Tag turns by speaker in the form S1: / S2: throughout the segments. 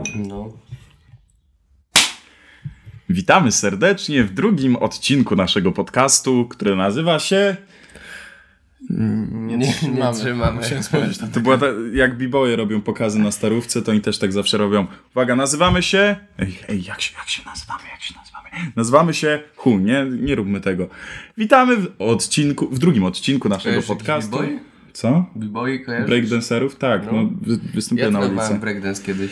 S1: No.
S2: Witamy serdecznie w drugim odcinku naszego podcastu, który nazywa się...
S1: Nie trzymamy.
S2: To była jak b-boye robią pokazy na starówce, to oni też tak zawsze robią. Uwaga, nazywamy się... Ej, jak się nazywamy? Nazywamy się... nie róbmy tego. Witamy w drugim odcinku naszego podcastu.
S1: B-boy?
S2: Co?
S1: B-boy kojarzysz?
S2: Breakdancerów? Tak, występuję na ulicy.
S1: Ja breakdance kiedyś.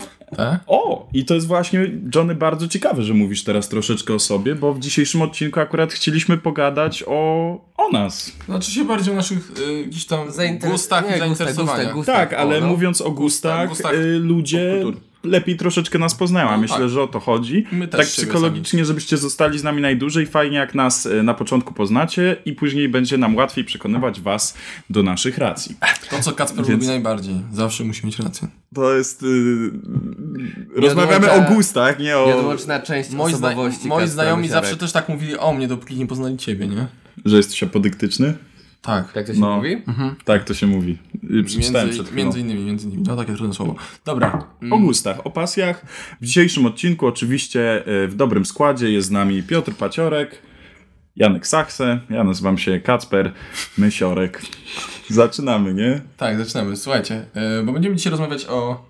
S2: O! I to jest właśnie, Johnny, bardzo ciekawe, że mówisz teraz troszeczkę o sobie, bo w dzisiejszym odcinku akurat chcieliśmy pogadać o nas.
S3: Znaczy się bardziej o naszych gdzieś tam gustach i zainteresowaniach.
S2: Tak, ale mówiąc o gustach, ludzie lepiej troszeczkę nas poznają. Myślę, że o to chodzi.
S3: My też
S2: tak psychologicznie, żebyście zostali z nami najdłużej. Fajnie jak nas na początku poznacie i później będzie nam łatwiej przekonywać was do naszych racji.
S3: To, co Kacper lubi najbardziej. Zawsze musi mieć rację.
S2: To jest... rozmawiamy o gustach, nie o...
S1: Nieodłączna część osobowości.
S3: Moi znajomi zawsze też tak mówili o mnie, dopóki nie poznali ciebie, nie?
S2: Że jesteś apodyktyczny?
S3: Tak.
S1: Tak to się mówi?
S3: Mhm.
S2: Tak to się mówi. Przeczytałem przed chwilą.
S3: Między innymi. No takie trudne słowo. Dobra.
S2: O gustach, o pasjach. W dzisiejszym odcinku oczywiście w dobrym składzie jest z nami Piotr Paciorek, Janek Sachse, ja nazywam się Kacper Mysiorek. Zaczynamy, nie?
S3: Tak, zaczynamy. Słuchajcie, bo będziemy dzisiaj rozmawiać o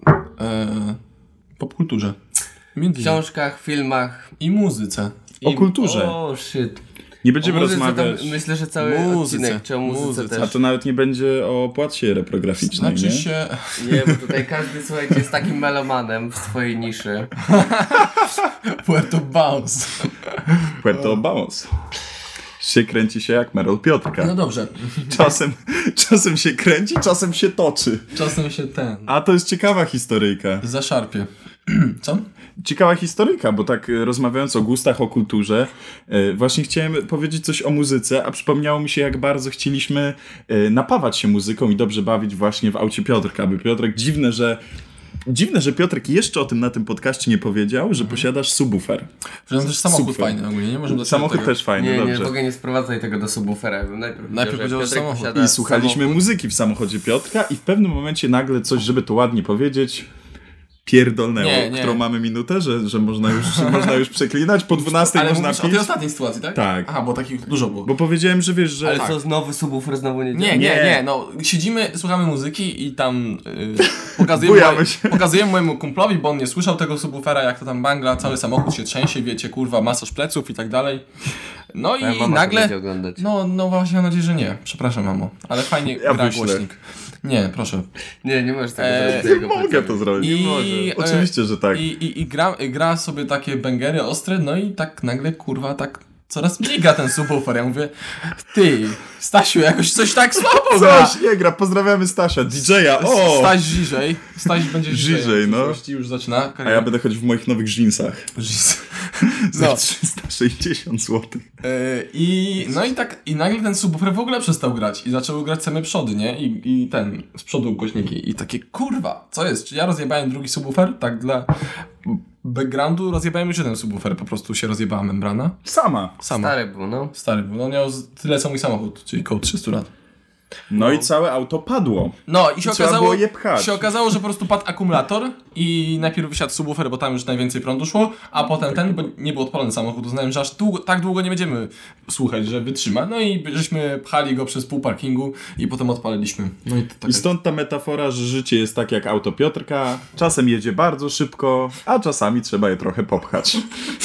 S3: popkulturze.
S1: Książkach, filmach
S3: i muzyce.
S2: O kulturze.
S1: O, shit.
S2: Nie będziemy rozmawiać...
S1: Myślę, że cały odcinek, czy o muzyce też.
S2: A to nawet nie będzie o płatcie reprograficznej,
S3: znaczy
S2: nie?
S3: się...
S1: Nie, bo tutaj każdy, słuchajcie, jest takim melomanem w swojej niszy.
S3: Puerto Bounce.
S2: Puerto Bounce. Się kręci się jak Merol Piotrka.
S3: No dobrze.
S2: Czasem się kręci, czasem się toczy.
S3: Czasem się
S2: A to jest ciekawa historyjka.
S3: Zaszarpie. Co?
S2: Ciekawa historyjka, bo tak rozmawiając o gustach, o kulturze, właśnie chciałem powiedzieć coś o muzyce, a przypomniało mi się, jak bardzo chcieliśmy napawać się muzyką i dobrze bawić właśnie w aucie Piotrka, aby Piotrek, dziwne, że Piotrek jeszcze o tym na tym podcaście nie powiedział, że posiadasz subwoofer.
S3: Że też samochód fajny ogólnie, nie możemy
S2: samochód też fajny, dobrze.
S1: Nie, w ogóle nie sprowadzaj tego do subwoofera. Najpierw
S3: powiedział, że samochód.
S2: I słuchaliśmy muzyki w samochodzie Piotrka i w pewnym momencie nagle coś, żeby to ładnie powiedzieć... pierdolnęło, którą mamy minutę, że można już przeklinać, po 12
S3: ale
S2: można
S3: pić. Ale o tej ostatniej sytuacji, tak?
S2: Tak.
S3: Aha, bo takich dużo było.
S2: Bo powiedziałem, że wiesz, że...
S1: Ale co, znowu subwoofer znowu nie działa?
S3: Nie, no siedzimy, słuchamy muzyki i tam pokazujemy mojemu kumplowi, bo on nie słyszał tego subwoofera, jak to tam bangla, cały samochód się trzęsie, wiecie, kurwa, masaż pleców i tak dalej. No i nagle... No właśnie, mam nadzieję, że nie. Przepraszam, mamo. Ale fajnie gra głośnik. Nie, proszę.
S1: Nie możesz tego zrobić.
S2: Nie mogę to zrobić. Oczywiście, że tak.
S3: I gra sobie takie bangery ostre, no i tak nagle, kurwa, tak coraz mniej gra ten subwoofer. Ja mówię, ty, Stasiu, jakoś coś tak słabo gra.
S2: Coś nie gra, pozdrawiamy Stasia, DJ-a.
S3: Staś Żyżej. Staś będzie
S2: Żyżej, no.
S3: Już zaczyna karierę.
S2: A ja będę chodził w moich nowych jeansach. Za 360 zł.
S3: I nagle ten subwoofer w ogóle przestał grać i zaczęły grać same przody, nie? I ten, z przodu głośniki. I takie, kurwa, co jest? Czy ja rozjebałem drugi subwoofer? Tak dla backgroundu rozjebałem już jeden subwoofer, po prostu się rozjebała membrana.
S2: Sama.
S1: Stary był, no.
S3: On miał tyle co mój samochód, czyli koło 300 lat.
S2: No i całe auto padło.
S3: No i
S2: się
S3: okazało, że po prostu padł akumulator i najpierw wysiadł subwoofer, bo tam już najwięcej prądu szło, a potem bo nie był odpalony samochód, uznałem, że aż tak długo nie będziemy słuchać, że wytrzyma. No i żeśmy pchali go przez pół parkingu i potem odpaliliśmy. No
S2: i stąd ta metafora, że życie jest tak jak auto Piotrka, czasem jedzie bardzo szybko, a czasami trzeba je trochę popchać.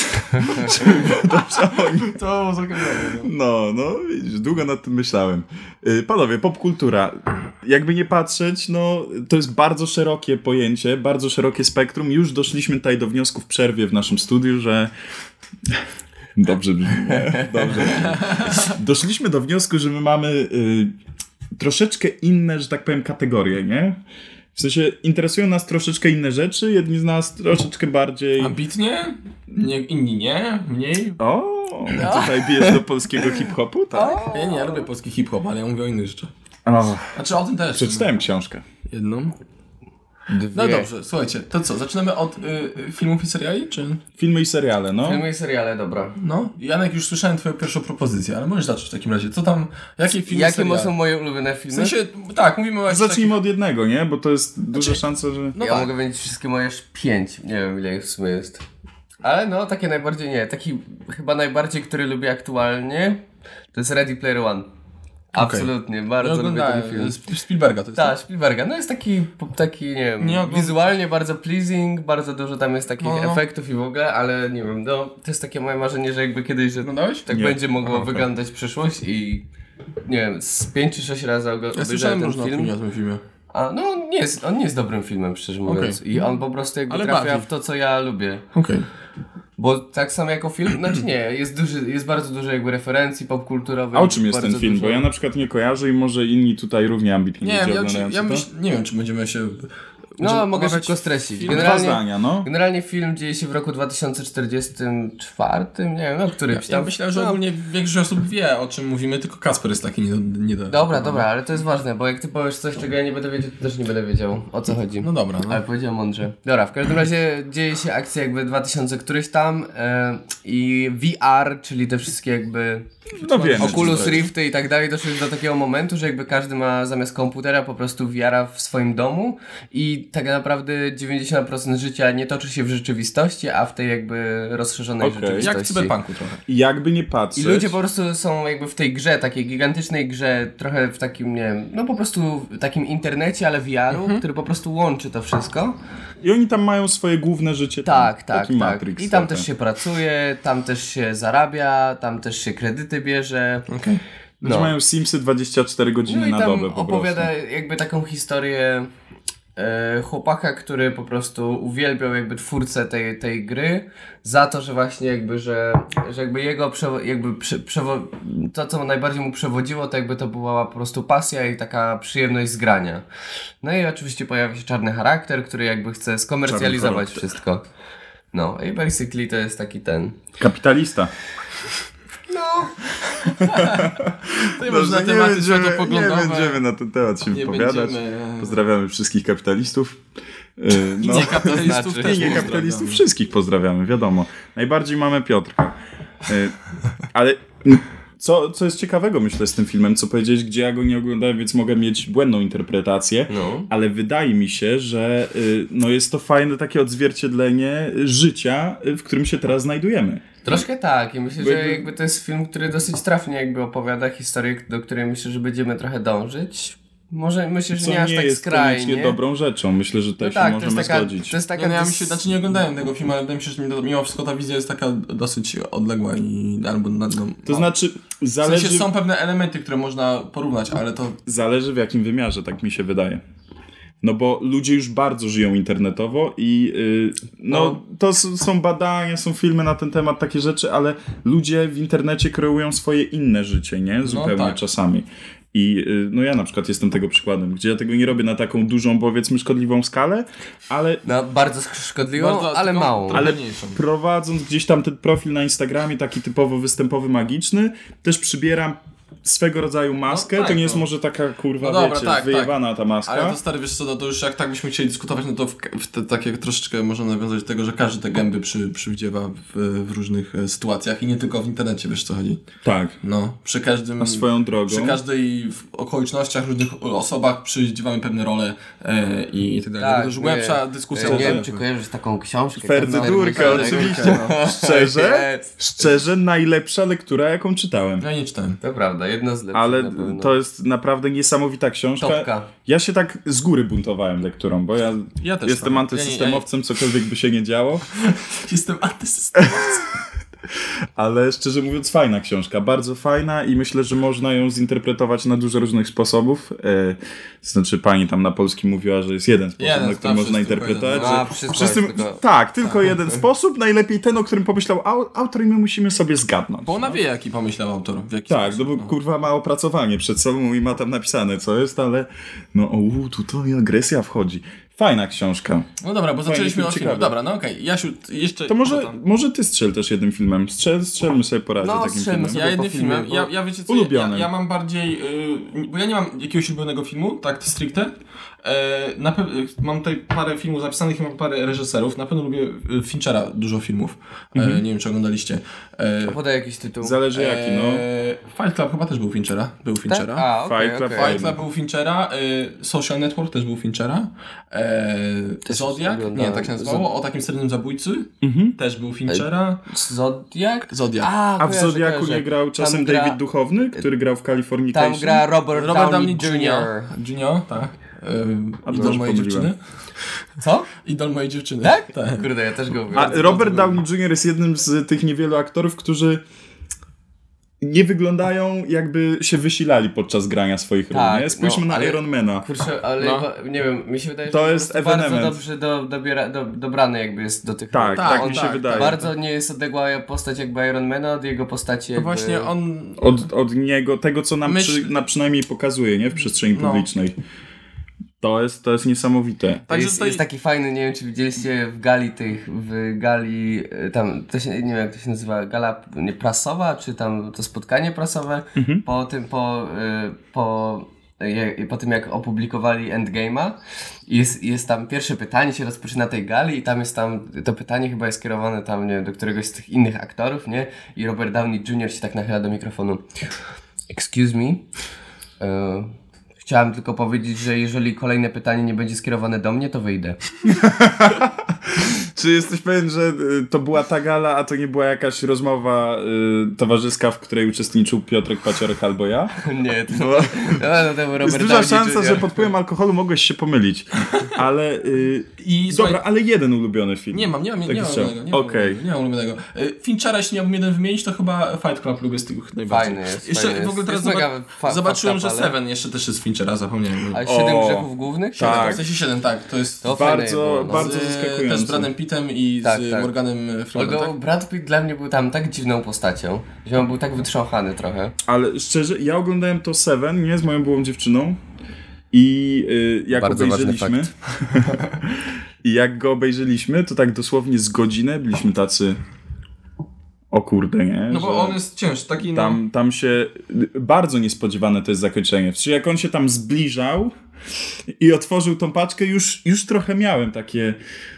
S3: To
S2: No, widzisz, długo nad tym myślałem. Panowie, popkultura. Jakby nie patrzeć, no to jest bardzo szerokie pojęcie, bardzo szerokie spektrum. Już doszliśmy tutaj do wniosku w przerwie w naszym studiu, że... Dobrze brzmi. Doszliśmy do wniosku, że my mamy troszeczkę inne, że tak powiem, kategorie, nie? W sensie interesują nas troszeczkę inne rzeczy, jedni z nas troszeczkę bardziej...
S3: Ambitnie? Inni nie? Mniej?
S2: Tutaj bijesz do polskiego hip-hopu, tak?
S3: Ja lubię polski hip-hop, ale ja mówię o innych rzeczach. Znaczy o tym też.
S2: Przeczytałem książkę.
S3: Jedną? No dobrze, słuchajcie, to co, zaczynamy od filmów i seriali, czy?
S2: Filmy i seriale, no.
S1: Filmy i seriale, dobra.
S3: No, Janek, już słyszałem twoją pierwszą propozycję, ale możesz zacząć w takim razie. Co tam, jakie filmy,
S1: Jakie
S3: seriale?
S1: są moje ulubione
S3: W
S1: filmy?
S3: sensie, tak, mówimy o jakichś
S2: Zacznijmy od jednego, nie? Bo to jest duża szansa, że...
S3: No
S1: ja
S3: tak.
S1: mogę powiedzieć wszystkie moje 5. Nie wiem, ile ich w sumie jest. Ale no, takie najbardziej nie. Taki chyba najbardziej, który lubię aktualnie, to jest Ready Player One. Absolutnie, bardzo lubię ten film.
S3: Spielberga to jest.
S1: Tak, Spielberga. No jest taki nie wiem,
S3: Nie
S1: wizualnie bardzo pleasing, bardzo dużo tam jest takich
S3: No.
S1: efektów i w ogóle, ale nie wiem, no to jest takie moje marzenie, że jakby kiedyś, że
S3: Oglądałeś?
S1: tak
S2: Nie.
S1: będzie mogło
S3: Aha,
S1: wyglądać przyszłość i nie wiem, z 5 czy 6 razy
S3: Ja
S1: obejrzałem
S3: słyszałem
S1: ten
S3: różne
S1: film.
S3: opinie o tym filmie.
S1: A no on nie jest dobrym filmem, szczerze mówiąc. I on po prostu jakby
S3: Ale
S1: trafia
S3: bawi.
S1: w to, co ja lubię.
S3: Okej.
S1: Bo tak samo jako film, znaczy nie, jest bardzo dużo jakby referencji popkulturowych.
S2: A o czym jest
S1: bardzo
S2: ten film?
S1: dużo-
S2: Bo ja na przykład nie kojarzę i może inni tutaj równie ambitni
S3: Nie
S2: ludzie
S3: wiem,
S2: oglądający to.
S3: nie wiem, czy będziemy się...
S1: No, mogę
S3: omawiać
S1: szybko streścić.
S3: film.
S2: Dwa zdania, no.
S1: Generalnie film dzieje się w roku 2044, nie wiem, no którymś tam.
S3: Ja myślę, że
S1: no,
S3: ogólnie większość osób wie, o czym mówimy, tylko Kasper jest taki nie do...
S1: Dobra, ale to jest ważne, bo jak ty powiesz coś, czego ja nie będę wiedział, to też nie będę wiedział, o co chodzi.
S3: No dobra, no.
S1: Ale powiedziałem mądrze. Dobra, w każdym razie dzieje się akcja jakby 2000 któryś tam i VR, czyli te wszystkie jakby
S2: No wiem.
S1: Oculus Rifty i tak dalej, doszły do takiego momentu, że jakby każdy ma zamiast komputera po prostu VR-a w swoim domu i tak naprawdę 90% życia nie toczy się w rzeczywistości, a w tej jakby rozszerzonej
S2: Okej.
S1: rzeczywistości.
S3: Jak w Cyberpunku trochę.
S2: I jakby nie patrzeć...
S1: I ludzie po prostu są jakby w tej grze, takiej gigantycznej grze, trochę w takim, nie wiem, no po prostu w takim internecie, ale VR-u, który po prostu łączy to wszystko.
S2: I oni tam mają swoje główne życie.
S1: Tak.
S2: Taki Matrix
S1: I tam
S2: trochę.
S1: też się pracuje, tam też się zarabia, tam też się kredyty bierze.
S3: Okej.
S2: Ludzie
S1: No.
S2: mają Simsy 24 godziny
S1: No i
S2: na
S1: tam
S2: dobę po
S1: opowiada
S2: prostu.
S1: jakby taką historię chłopaka, który po prostu uwielbiał jakby twórcę tej gry za to, że właśnie jakby, że jakby jego to, co najbardziej mu przewodziło, to jakby to była po prostu pasja i taka przyjemność z grania. No i oczywiście pojawia się czarny charakter, który jakby chce skomercjalizować wszystko. No i basically to jest taki ten...
S2: Kapitalista.
S3: To może na tematy światopoglądowe.
S2: Nie będziemy na ten temat się
S3: Nie
S2: wypowiadać.
S3: będziemy-
S2: Pozdrawiamy wszystkich kapitalistów.
S3: I nie kapitalistów
S1: Znaczy,
S3: też
S2: Nie
S3: pozdrawiamy.
S2: kapitalistów, wszystkich pozdrawiamy, wiadomo. Najbardziej mamy Piotrka. Ale co jest ciekawego, myślę, z tym filmem, co powiedzieć, gdzie ja go nie oglądałem, więc mogę mieć błędną interpretację,
S1: No.
S2: ale wydaje mi się, że no jest to fajne takie odzwierciedlenie życia, w którym się teraz znajdujemy.
S1: Troszkę tak i myślę,
S2: Bo
S1: że
S2: jakby-
S1: jakby to jest film, który dosyć trafnie jakby opowiada historię, do której myślę, że będziemy trochę dążyć. Może myślę, że
S2: Co
S1: nie aż
S2: nie
S1: tak
S2: jest koniecznie
S1: skrajnie.
S2: dobrą rzeczą. Myślę, że tutaj
S1: No
S2: się
S1: tak,
S2: możemy zgodzić.
S1: to jest taka
S3: Nie, no ja znaczy nie oglądałem tego filmu, ale wydaje mi się, że mimo wszystko ta wizja jest taka dosyć odległa i albo
S2: To znaczy,
S3: w
S2: zależy,
S3: sensie są pewne elementy, które można porównać, ale to...
S2: zależy w jakim wymiarze, tak mi się wydaje. No bo ludzie już bardzo żyją internetowo i to są badania, są filmy na ten temat, takie rzeczy, ale ludzie w internecie kreują swoje inne życie, nie? Zupełnie
S3: tak.
S2: czasami. I no ja na przykład jestem tego przykładem, gdzie ja tego nie robię na taką dużą, powiedzmy, szkodliwą skalę, ale
S1: No, bardzo szkodliwą,
S3: Bardzo,
S1: ale
S3: tylko
S1: małą.
S3: trochę
S2: ale
S3: mniejszą.
S2: prowadząc gdzieś tam ten profil na Instagramie, taki typowo występowy, magiczny, też przybieram swego rodzaju maskę.
S3: No tak,
S2: to nie jest
S3: no.
S2: może taka, kurwa,
S3: No dobra,
S2: wiecie,
S3: tak,
S2: wyjebana ta maska.
S3: Ale to stary, wiesz co, no to już jak tak byśmy chcieli dyskutować, no to w te takie troszeczkę można nawiązać do tego, że każdy te gęby przywdziewa w różnych sytuacjach i nie tylko w internecie, wiesz co chodzi.
S2: Tak.
S3: No, przy każdym...
S2: A swoją drogą.
S3: Przy każdej okolicznościach, różnych osobach przydziewamy pewne role i tak dalej.
S1: Tak,
S3: to już głębsza dyskusja.
S1: Nie
S3: o
S1: wiem,
S3: tym.
S1: czy kojarzysz taką książkę.
S2: Ferdydurkę,
S1: Kacper
S2: oczywiście. Szczerze,
S1: Jest.
S2: szczerze, najlepsza lektura, jaką czytałem.
S3: Ja nie czytałem.
S1: To prawda, jedna z lepszych
S2: Ale
S1: na pewno.
S2: to jest naprawdę niesamowita książka.
S1: Topka.
S2: Ja się tak z góry buntowałem lekturą, bo ja
S3: też
S2: jestem
S3: trochę.
S2: antysystemowcem, cokolwiek by się nie działo.
S3: Jestem antysystemowcem.
S2: Ale szczerze mówiąc, fajna książka, bardzo fajna i myślę, że można ją zinterpretować na dużo różnych sposobów. Znaczy, pani tam na polski mówiła, że jest jeden sposób,
S3: Jeden,
S2: na który
S3: zawsze
S2: można
S3: jest tylko
S2: interpretować.
S3: jeden.
S2: Że
S1: A, wszystko
S2: wszyscy,
S1: jest tylko-
S2: tak, tylko jeden sposób, najlepiej ten, o którym pomyślał autor i my musimy sobie zgadnąć.
S3: Bo ona wie, jaki pomyślał autor. W jaki
S2: Tak, no
S3: sposób,
S2: bo kurwa ma opracowanie przed sobą i ma tam napisane co jest, ale no tutaj agresja wchodzi. Fajna książka.
S3: No dobra, bo zaczęliśmy od
S2: ciekawe.
S3: filmu. Dobra, no okej. Jasiu, jeszcze...
S2: To
S3: potem.
S2: może ty strzel też jednym filmem. Strzelmy sobie po razie
S1: No,
S2: takim
S1: strzelmy
S2: filmem.
S1: sobie.
S3: Ja jednym
S1: po filmie,
S3: filmem,
S1: bo-
S3: ja wiecie co,
S2: Ulubionym.
S3: ja mam bardziej, bo ja nie mam jakiegoś ulubionego filmu, tak stricte, Mam tutaj parę filmów zapisanych i mam parę reżyserów. Na pewno lubię Finchera, dużo filmów. Nie wiem, czy oglądaliście.
S1: Podaj jakiś tytuł.
S2: Zależy jaki, no.
S3: Fight Club chyba też był Finchera.
S1: Tak? A, okej,
S2: Fight Club,
S1: okej.
S3: Fight Club był Finchera, Social Network też był Finchera, Zodiac,
S1: oglądałem.
S3: nie, tak się nazywało, o takim seryjnym zabójcy, też był Finchera.
S1: Zodiac?
S3: Zodiac.
S2: A w
S1: kojarzę,
S2: Zodiaku
S1: kojarzę.
S2: nie grał czasem
S1: Tam gra-
S2: David Duchowny, który grał w Californication?
S1: Tam gra Robert Downey Jr.
S3: Junior, tak.
S2: A
S3: Idol
S2: dobrze
S3: mojej
S2: pomyliłem.
S3: dziewczyny.
S1: Co?
S3: Idol mojej dziewczyny.
S1: Tak?
S3: Tak.
S1: Kurde, ja też go
S2: A
S1: wiem.
S2: Robert Downey Jr. jest jednym z tych niewielu aktorów, którzy nie wyglądają jakby się wysilali podczas grania swoich ról,
S1: Tak,
S2: nie? Spójrzmy
S1: no,
S2: na
S1: ale-
S2: Ironmana.
S1: Kurczę, ale
S3: No.
S1: nie wiem, mi się wydaje,
S2: To
S1: że
S2: jest
S1: po prostu bardzo
S2: ewenement.
S1: dobrze dobrany jakby jest do tych
S2: Tak,
S1: ról.
S2: tak,
S3: on
S2: mi się
S3: tak,
S2: wydaje.
S1: Bardzo nie jest odległa postać jakby Ironmana od jego postaci
S3: To
S1: jakby...
S3: właśnie on...
S2: Od niego, tego co nam przynajmniej pokazuje, nie? W przestrzeni
S3: No.
S2: publicznej. To jest niesamowite.
S3: Także
S1: jest,
S3: tutaj-
S1: jest taki fajny, nie wiem czy widzieliście w gali, tam, to się, nie wiem jak to się nazywa, gala nie, prasowa, czy tam to spotkanie prasowe, po tym, po tym jak opublikowali Endgame'a, jest tam pierwsze pytanie się rozpoczyna tej gali i tam jest to pytanie chyba jest skierowane tam, nie wiem, do któregoś z tych innych aktorów, nie? I Robert Downey Jr. się tak nachyla do mikrofonu. Excuse me? Chciałem tylko powiedzieć, że jeżeli kolejne pytanie nie będzie skierowane do mnie, to wyjdę.
S2: Czy jesteś pewien, że to była ta gala, a to nie była jakaś rozmowa towarzyska, w której uczestniczył Piotrek Paciorek albo ja?
S1: Nie, to,
S2: Bo
S1: to był Robert
S2: jest duża
S1: Downey
S2: szansa,
S1: Jr.
S2: że pod wpływem alkoholu mogłeś się pomylić. Ale...
S3: I
S2: dobra,
S3: słuchaj,
S2: ale jeden ulubiony film.
S3: nie mam
S2: strzał.
S3: ulubionego.
S2: Okej.
S3: Nie mam ulubionego. Finchera, jeśli miałbym jeden wymienić, to chyba Fight Club lubię z tych najbardziej.
S1: Fajny jest,
S3: Jeszcze
S1: fajny
S3: w ogóle
S1: jest.
S3: teraz
S1: Jest mega
S3: zobaczyłem,
S1: fucked
S3: że
S1: up, ale-
S3: Seven jeszcze też jest Finchera, zapomniałem.
S1: Ale 7
S2: O,
S1: grzechów głównych?
S2: tak.
S3: W sensie 7, tak. To jest
S1: To fajne
S2: Bardzo,
S1: było, no.
S2: bardzo
S3: też
S2: zaskakujące.
S3: z Bradem Pittem i
S1: Tak,
S3: z
S1: tak.
S3: Morganem Freemanem,
S1: Olga,
S3: tak?
S1: Brad Pitt dla mnie był tam tak dziwną postacią, że on był tak wytrząchany trochę.
S2: Ale szczerze, ja oglądałem to Seven, nie? Z moją byłą dziewczyną. I jak
S1: Bardzo ważny
S2: obejrzeliśmy... I jak go obejrzeliśmy, to tak dosłownie z godzinę byliśmy tacy... O kurde, nie?
S3: No
S2: Że
S3: bo on jest ciężki, taki no...
S2: tam się... Bardzo niespodziewane to jest zakończenie. Czyli jak on się tam zbliżał i otworzył tą paczkę, już trochę miałem takie...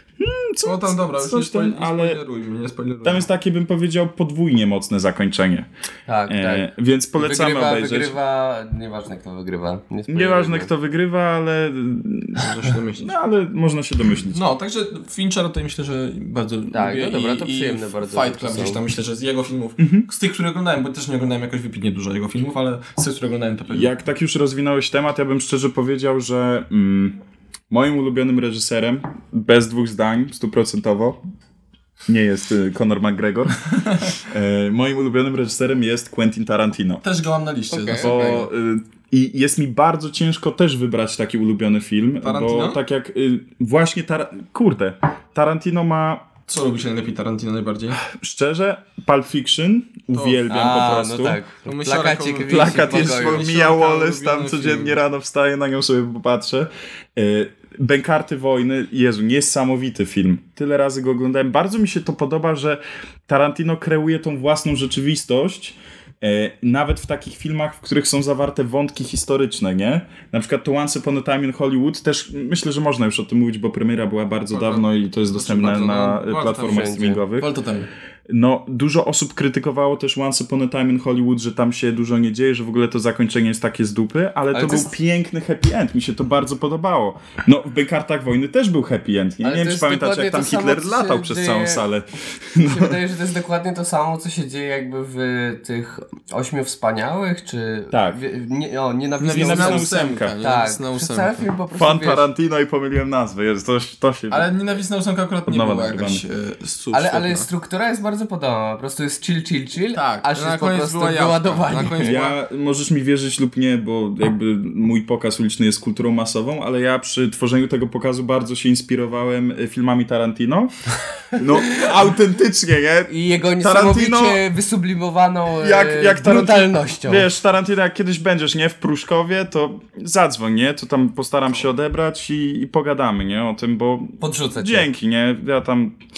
S3: No tam dobra, już
S2: coś tam, ale
S3: nie spoilerujmy.
S2: tam jest takie, bym powiedział, podwójnie mocne zakończenie.
S1: Tak, tak.
S2: Więc polecamy obejrzeć.
S1: Wygrywa, nieważne kto wygrywa. Nie spoilerujmy.
S2: Nieważne kto wygrywa, ale...
S3: Można się domyślić.
S2: No, ale można się domyślić.
S3: No, także Fincher tutaj myślę, że bardzo
S1: Tak,
S3: lubię
S1: no dobra, to
S3: i
S1: przyjemne bardzo
S3: Fight Club
S1: to
S3: gdzieś
S1: są.
S3: tam myślę, że z jego filmów, z tych, które oglądałem, bo też nie oglądałem jakoś wybitnie dużo jego filmów, ale z tych, które oglądałem to pewnie.
S2: Jak tak już rozwinąłeś temat, ja bym szczerze powiedział, że moim ulubionym reżyserem, bez dwóch zdań, 100%, nie jest Conor McGregor. Moim ulubionym reżyserem jest Quentin Tarantino.
S3: Też go mam na liście.
S1: Okej.
S2: Bo, i jest mi bardzo ciężko też wybrać taki ulubiony film,
S3: Tarantino?
S2: bo tak jak właśnie Tarantino ma
S3: Co lubi się najlepiej Tarantino najbardziej?
S2: szczerze Pulp Fiction uwielbiam po prostu.
S1: no tak.
S3: To my
S1: Plakacik
S3: siarką-
S1: wisi
S2: Plakat
S1: w
S2: jest,
S1: pokoju.
S2: Mia Wallace, tam
S3: ulubiony
S2: codziennie
S3: film.
S2: rano wstaję, na nią sobie popatrzę. Bękarty wojny, Jezu, niesamowity film. Tyle razy go oglądałem. Bardzo mi się to podoba, że Tarantino kreuje tą własną rzeczywistość, nawet w takich filmach, w których są zawarte wątki historyczne, nie? Na przykład to Once Upon a Time in Hollywood, też myślę, że można już o tym mówić, bo premiera była bardzo dawno i to jest dostępne
S3: bardzo,
S2: na
S3: no,
S2: platformach
S1: wszędzie.
S2: streamingowych.
S3: Wolto temu.
S2: No, dużo osób krytykowało też Once Upon a Time in Hollywood, że tam się dużo nie dzieje, że w ogóle to zakończenie jest takie z dupy, ale to
S1: to
S2: był
S1: jest-
S2: piękny happy end, mi się to bardzo podobało. No, w Bękartach wojny też był happy end. Nie
S1: Ale
S2: wiem,
S1: to
S2: czy
S1: jest
S2: pamiętacie, jak
S1: dokładnie
S2: tam
S1: to samo,
S2: Hitler
S1: co
S2: latał
S1: się
S2: przez
S1: dzieje-
S2: całą salę.
S1: Mi się wydaje, że to jest dokładnie to samo, co się dzieje jakby w tych Ośmiu Wspaniałych, czy...
S2: Tak.
S1: Nienawistna
S2: Nienawistna
S1: ósemka.
S2: ósemka.
S1: Tak,
S3: Nienawistna
S1: przez
S3: ósemka.
S1: cały film po prostu,
S2: Fan
S1: wiesz,
S2: Tarantino i pomyliłem nazwę, jest to się...
S3: Ale Nienawistna ósemka akurat nie
S2: nowa
S3: była
S2: nagrywamy.
S3: jakaś
S1: ale struktura jest bardzo podobna, po prostu jest chill,
S3: Tak,
S1: aż
S3: na
S1: jest po
S3: koniec
S1: prostu
S3: była jawka.
S1: wyładowanie.
S3: Na koniec była...
S2: Ja, możesz mi wierzyć lub nie, bo jakby mój pokaz uliczny jest kulturą masową, ale ja przy tworzeniu tego pokazu bardzo się inspirowałem filmami Tarantino. No, autentycznie, nie?
S1: I jego
S2: Tarantino-
S1: niesamowicie wysublimowaną
S2: Jak
S1: brutalnością.
S2: Wiesz, Tarantino, jak kiedyś będziesz, nie? W Pruszkowie, to zadzwoń, nie? To tam postaram się odebrać i pogadamy, nie? O tym, bo
S1: Podrzucę cię.
S2: dzięki, nie? Ja tam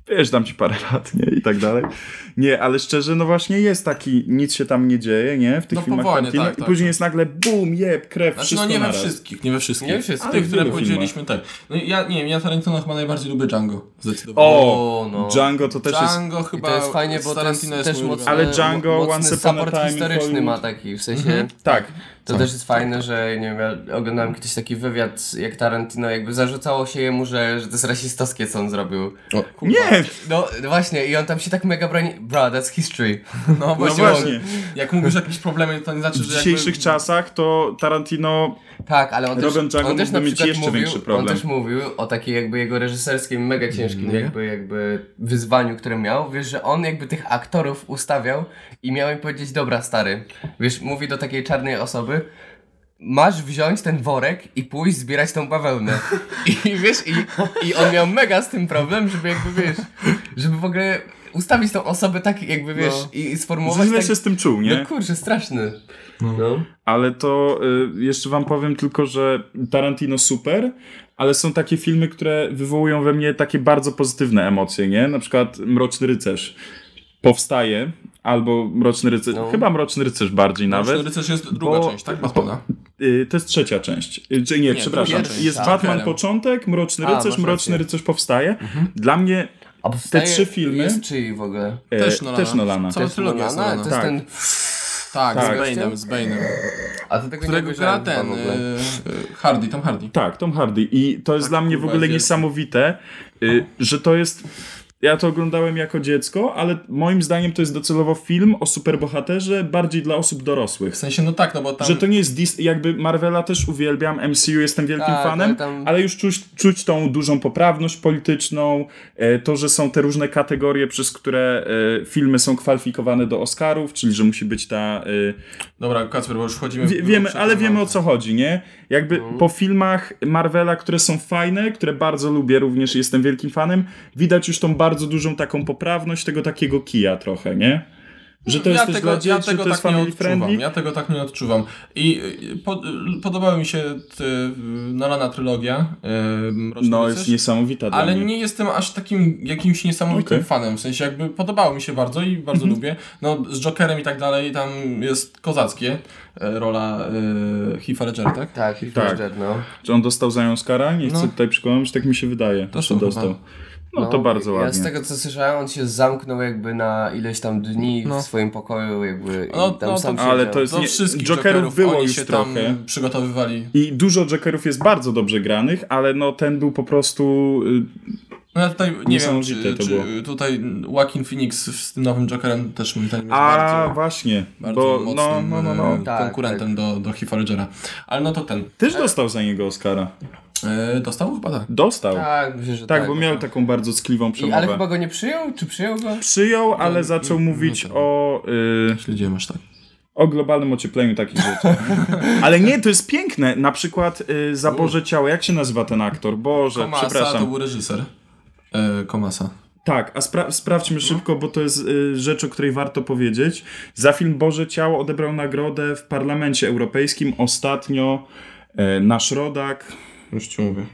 S2: wiesz, dam ci parę lat, nie? I tak dalej. Nie, ale szczerze, no właśnie jest taki, nic się tam nie dzieje, nie? W tych filmach
S3: powoli,
S2: Tarantino.
S3: tak,
S2: I później jest nagle bum, krew,
S3: Znaczy,
S2: wszystko
S3: nie we
S2: naraz.
S3: wszystkich, nie we wszystkich.
S1: Nie we wszystkich.
S3: Tych,
S2: w
S3: które
S2: wielu
S3: powiedzieliśmy, tak. No ja nie wiem, ja Tarantino chyba najbardziej lubię Django. Zdecydowanie.
S2: O,
S1: no.
S2: Django to też jest...
S3: Django
S1: I
S3: chyba
S1: to jest fajnie, bo to
S3: Tarantino
S1: jest
S3: jest
S1: też
S3: mój
S1: mocny,
S2: Ale Django,
S1: mocny
S2: Once Upon a
S1: support
S2: Time in
S1: historyczny
S2: Hollywood.
S1: ma taki, w sensie...
S2: Tak.
S1: To też jest fajne, że nie wiem, ja oglądałem kiedyś taki wywiad, jak Tarantino jakby zarzucało się jemu, że to jest rasistowskie, co on zrobił.
S2: Nie!
S1: No właśnie, i on tam się tak mega broni. Bro, that's history.
S3: No
S2: właśnie.
S3: Jak mówisz o jakimś problemie, to nie znaczy,
S2: W
S3: że
S2: dzisiejszych czasach to Tarantino...
S1: Tak, ale on
S2: Robiąc
S1: też,
S2: Django
S1: on też na
S2: mógłby mieć
S1: przykład
S2: jeszcze
S1: mówił,
S2: większy problem.
S1: on też mówił o takiej jakby jego reżyserskim, mega ciężkim jakby wyzwaniu, które miał. Wiesz, że on jakby tych aktorów ustawiał i miał im powiedzieć, dobra stary, wiesz, mówi do takiej czarnej osoby, masz wziąć ten worek i pójść zbierać tą bawełnę. I wiesz, i on miał mega z tym problem, żeby jakby, wiesz, żeby w ogóle ustawić tą osobę tak jakby, wiesz, i sformułować
S2: Źle
S1: tak...
S2: się z tym czuł, nie?
S1: No kurczę, straszny. No.
S2: Ale to jeszcze wam powiem tylko, że Tarantino super, ale są takie filmy, które wywołują we mnie takie bardzo pozytywne emocje, nie? Na przykład Mroczny Rycerz powstaje, albo Mroczny Rycerz, chyba Mroczny Rycerz bardziej nawet.
S3: Mroczny Rycerz jest druga część, tak? Batmana.
S2: To jest trzecia część. Czy nie, przepraszam.
S3: pierwsza.
S2: Jest
S1: A,
S2: Batman
S3: Jokerem.
S2: początek, Mroczny
S1: A,
S2: Rycerz,
S1: masz
S2: Mroczny
S1: rację.
S2: Rycerz powstaje. Dla mnie
S1: A powstaje,
S2: te 3 filmy...
S1: jest czyj w ogóle?
S3: Też Nolana. Cała
S1: Też
S3: trylogia jest
S1: Nolana?
S3: Nolana.
S1: To jest
S2: Tak.
S1: ten...
S3: Tak,
S2: Tak.
S3: z Bane'em.
S1: A to tego
S3: Którego
S1: nie
S3: gra
S1: obejrzałem
S3: ten
S1: chyba w ogóle.
S3: Tom Hardy.
S2: Tak, Tom Hardy. I to jest
S3: Tak,
S2: dla mnie w
S3: kurwa,
S2: ogóle
S3: wielki.
S2: niesamowite, że to jest... Ja to oglądałem jako dziecko, ale moim zdaniem to jest docelowo film o superbohaterze bardziej dla osób dorosłych.
S3: W sensie, no tak, no bo tam...
S2: Że to nie jest jakby Marvela też uwielbiam, MCU jestem wielkim
S1: Tak,
S2: fanem,
S1: ale tam-
S2: ale już czuć tą dużą poprawność polityczną, to, że są te różne kategorie, przez które filmy są kwalifikowane do Oscarów, czyli że musi być ta...
S3: Dobra, Kacper, bo już wchodzimy
S2: Wiemy o co chodzi, nie? Jakby po filmach Marvela, które są fajne, które bardzo lubię, również jestem wielkim fanem, widać już tą bardzo dużą taką poprawność tego takiego kija trochę, nie? Że to jest też dla dzieci, że to jest family friendly.
S3: Ja tego tak nie odczuwam. I podobała mi się Nolana trylogia. Mroczny
S2: No,
S3: Rycerz,
S2: jest niesamowita dla
S3: ale
S2: mnie.
S3: nie jestem aż takim jakimś niesamowitym fanem. W sensie jakby podobało mi się bardzo i bardzo lubię. No z Jokerem i tak dalej tam jest kozackie. Rola Heath'a Ledgera, tak?
S1: Tak,
S2: Tak.
S1: Ledger, no.
S2: Czy on dostał za nią Oscara? Nie chcę
S3: No.
S2: tutaj przekonać, tak mi się wydaje,
S3: Dostał
S2: że dostał.
S3: chyba.
S2: No to bardzo
S1: Ja
S2: ładnie.
S1: z tego co słyszałem, on się zamknął jakby na ileś tam dni
S3: No.
S1: w swoim pokoju jakby i
S3: No,
S1: tam
S3: no
S1: sam
S3: to-
S2: ale
S1: siedział.
S2: to jest
S3: Do
S2: nie-
S3: wszystkich
S2: Jokerów było
S3: oni
S2: już
S3: się
S2: trochę.
S3: tam przygotowywali.
S2: I dużo Jokerów jest bardzo dobrze granych, ale no ten był po prostu...
S3: No ja tutaj nie wiem,
S2: Niesamowite to było.
S3: czy tutaj Joaquin Phoenix z tym nowym Jokerem też moim zdaniem jest
S2: A
S3: bardzo,
S2: właśnie,
S3: bardzo
S2: bo
S3: mocnym
S2: no.
S1: Tak,
S3: konkurentem do Heath'a Ledgera. Ale no to ten.
S2: Też dostał za niego Oscara.
S3: Dostał chyba tak.
S2: Dostał.
S1: Tak, myślę, że
S2: Tak, bo miał taką bardzo ckliwą przemowę.
S1: Ale chyba go nie przyjął? Czy przyjął go?
S2: Przyjął, ale zaczął mówić
S3: tak. Śledziłem aż tak.
S2: o globalnym ociepleniu takich rzeczy. Ale nie, to jest piękne. Na przykład za Boże Ciało, jak się nazywa ten aktor? Boże,
S3: Komasa
S2: przepraszam.
S3: to był reżyser. Komasa.
S2: Tak, a sprawdźmy szybko, bo to jest rzecz, o której warto powiedzieć. Za film Boże Ciało odebrał nagrodę w Parlamencie Europejskim ostatnio nasz rodak,
S3: Już ci mówię.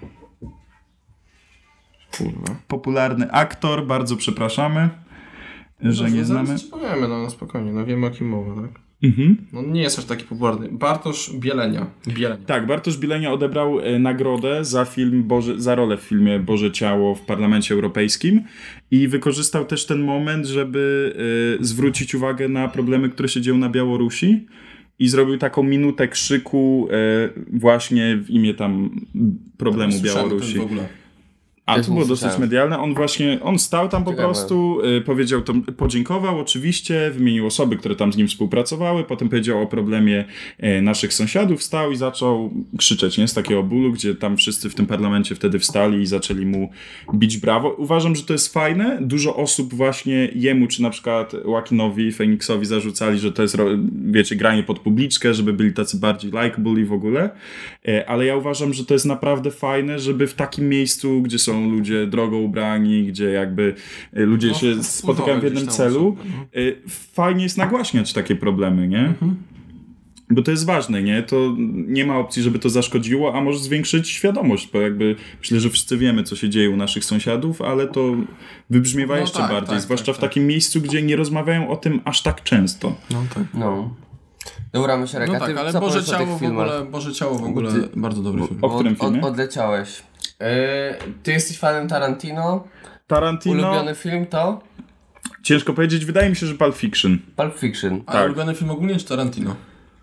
S3: Kurwa.
S2: popularny aktor, bardzo przepraszamy, że nie znamy.
S3: Zaraz ci powiemy, no spokojnie, no wiemy o kim mowa, tak?
S2: Mhm.
S3: No nie jest aż taki popularny. Bartosz Bielenia.
S2: Tak, Bartosz Bielenia odebrał nagrodę za film za rolę w filmie Boże Ciało w Parlamencie Europejskim i wykorzystał też ten moment, żeby zwrócić uwagę na problemy, które się dzieją na Białorusi i zrobił taką minutę krzyku właśnie w imię tam problemu Białorusi.
S3: W ogóle.
S2: A
S1: Też
S2: to było
S1: nie
S2: dosyć
S1: słyszałem.
S2: medialne. On stał tam po
S1: Ciekawe.
S2: prostu, powiedział to, podziękował oczywiście, wymienił osoby, które tam z nim współpracowały, potem powiedział o problemie naszych sąsiadów, wstał i zaczął krzyczeć, nie? Z takiego bólu, gdzie tam wszyscy w tym parlamencie wtedy wstali i zaczęli mu bić brawo. Uważam, że to jest fajne. Dużo osób właśnie jemu, czy na przykład Joaquinowi Phoenixowi zarzucali, że to jest, wiecie, granie pod publiczkę, żeby byli tacy bardziej likeable i w ogóle. Ale ja uważam, że to jest naprawdę fajne, żeby w takim miejscu, gdzie są ludzie drogo ubrani, gdzie jakby ludzie się spotykają w jednym
S3: gdzieś tam
S2: celu,
S3: osoby,
S2: fajnie jest nagłaśniać takie problemy, nie? Bo to jest ważne, nie? To nie ma opcji, żeby to zaszkodziło, a może zwiększyć świadomość, bo jakby myślę, że wszyscy wiemy, co się dzieje u naszych sąsiadów, ale to wybrzmiewa jeszcze bardziej, zwłaszcza w takim miejscu, gdzie nie rozmawiają o tym aż tak często.
S3: No tak.
S1: No. Dobra, Mysiarek,
S3: No
S1: a ty
S3: tak, ale
S1: co
S3: Boże
S1: powiesz o tych
S3: Ciało w
S1: filmach?
S3: ogóle, Boże Ciało w ogóle, bardzo dobry film.
S2: O którym filmie?
S1: Odleciałeś. Ty jesteś fanem Tarantino?
S2: Tarantino,
S1: Ulubiony film to?
S2: ciężko powiedzieć, wydaje mi się, że Pulp Fiction.
S1: Pulp Fiction.
S3: A
S2: tak.
S3: ulubiony film ogólnie czy Tarantino?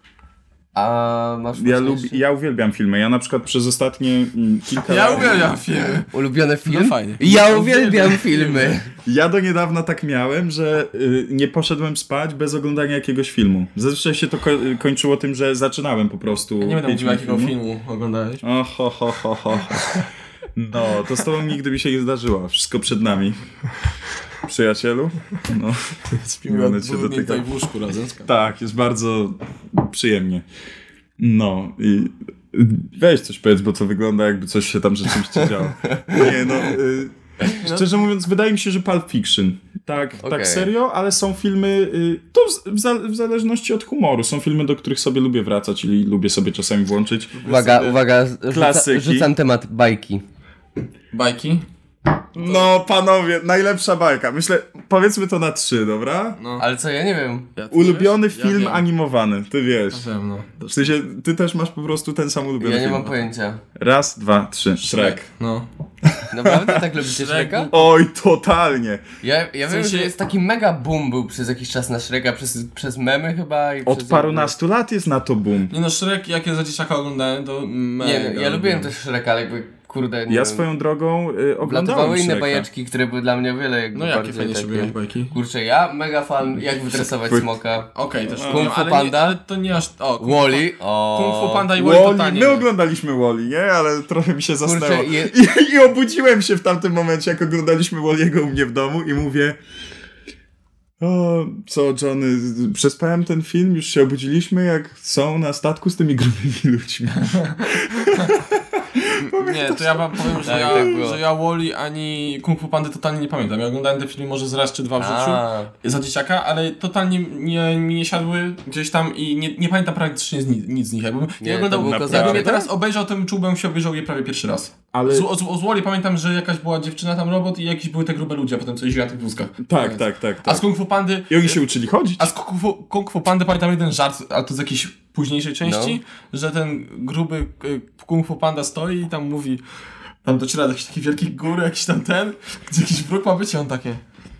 S1: A masz
S2: Ja uwielbiam filmy. Ja na przykład przez ostatnie kilka
S3: Ja
S2: lat...
S3: uwielbiam filmy.
S1: ulubiony film?
S3: No fajnie.
S1: Ja uwielbiam filmy.
S2: Ja do niedawna tak miałem, że nie poszedłem spać bez oglądania jakiegoś filmu. Zazwyczaj się to kończyło tym, że zaczynałem po prostu.
S3: Ja nie będę
S2: 5
S3: mówił,
S2: minut
S3: jakiego filmu oglądałeś.
S2: ho. No, to z tobą nigdy mi się nie zdarzyło. Wszystko przed nami. Przyjacielu? No.
S3: Śpimy
S2: będę cię
S3: tutaj
S2: dotykał.
S3: w łóżku razem.
S2: Tak, jest bardzo przyjemnie. No i weź coś powiedz, bo to wygląda jakby coś się tam rzeczywiście działo. Nie no, szczerze mówiąc wydaje mi się, że Pulp Fiction. Tak, tak serio, ale są filmy, to w zależności od humoru. Są filmy, do których sobie lubię wracać i lubię sobie czasami włączyć.
S1: Uwaga,
S2: klasyki.
S1: rzucam temat bajki.
S3: Bajki?
S2: No panowie, najlepsza bajka. Myślę, powiedzmy to na 3, dobra?
S3: No.
S1: Ale co, ja nie wiem.
S2: Ulubiony
S3: wiesz?
S2: film
S3: wiem.
S2: animowany, ty wiesz.
S3: Na pewno.
S2: W sensie, ty też masz po prostu ten sam ulubiony
S1: Ja nie
S2: film.
S1: mam pojęcia.
S2: Raz, dwa, trzy. Shrek.
S3: No.
S1: Naprawdę tak lubicie Shreka?
S2: Oj, totalnie.
S1: Ja wiem,
S3: sensie-
S1: że jest taki mega boom był przez jakiś czas na Shreka, przez memy chyba i
S2: Od
S1: przez
S2: parunastu lat jest na to boom.
S3: Nie no, Shrek, jak ja za dzieciaka oglądałem, to mega
S1: Nie, ja lubiłem też Shreka, ale jakby, kurde, nie
S2: Ja
S1: wiem.
S2: swoją drogą oglądałem
S1: Wlatywały inne
S2: Shreka.
S1: bajeczki, które były dla mnie o wiele jakby
S3: No jakie
S1: bardziej
S3: fajniejsze
S1: takie...
S3: były bajki?
S1: Kurczę, ja mega fan jak wytresować smoka.
S3: Okej, też
S1: Kung Fu
S3: ale
S1: Panda?
S3: ale to nie aż... O,
S1: Wall-E?
S3: Kung Fu Panda i Wall-E
S2: Wall-E,
S3: totalnie
S2: my
S3: nie.
S2: oglądaliśmy Wall-E, nie? Ale trochę mi się zasnęło.
S1: je-
S2: I obudziłem się w tamtym momencie, jak oglądaliśmy Wall-E'ego u mnie w domu i mówię... O, co Johnny, przespałem ten film, już się obudziliśmy, jak są na statku z tymi grubymi ludźmi.
S3: Nie, to ja wam powiem, że,
S1: Tak, tak było.
S3: że ja Wall-E ani Kung Fu Pandy totalnie nie pamiętam. Ja oglądałem te filmy może z raz czy dwa w życiu za dzieciaka, ale totalnie mi nie siadły gdzieś tam i nie pamiętam praktycznie nic z nich. Jakbym
S1: Nie,
S3: ja oglądał,
S1: to był
S3: jakbym
S1: kozaczek.
S3: je teraz obejrzał, to czułbym się obejrzał je prawie pierwszy raz.
S2: Ale...
S3: Z Wall-E pamiętam, że jakaś była dziewczyna tam robot i jakieś były te grube ludzie, a potem coś jeździła na tych wózkach.
S2: Tak.
S3: A z Kung Fu Pandy...
S2: I oni się uczyli chodzić.
S3: A z Kung Fu Pandy pamiętam jeden żart, ale to z jakiejś późniejszej części, że ten gruby Kung Fu Panda stoi i tam mówi, tam dociera do jakichś takich wielkich gór, jakiś tam gdzie jakiś wróg ma być i on takie...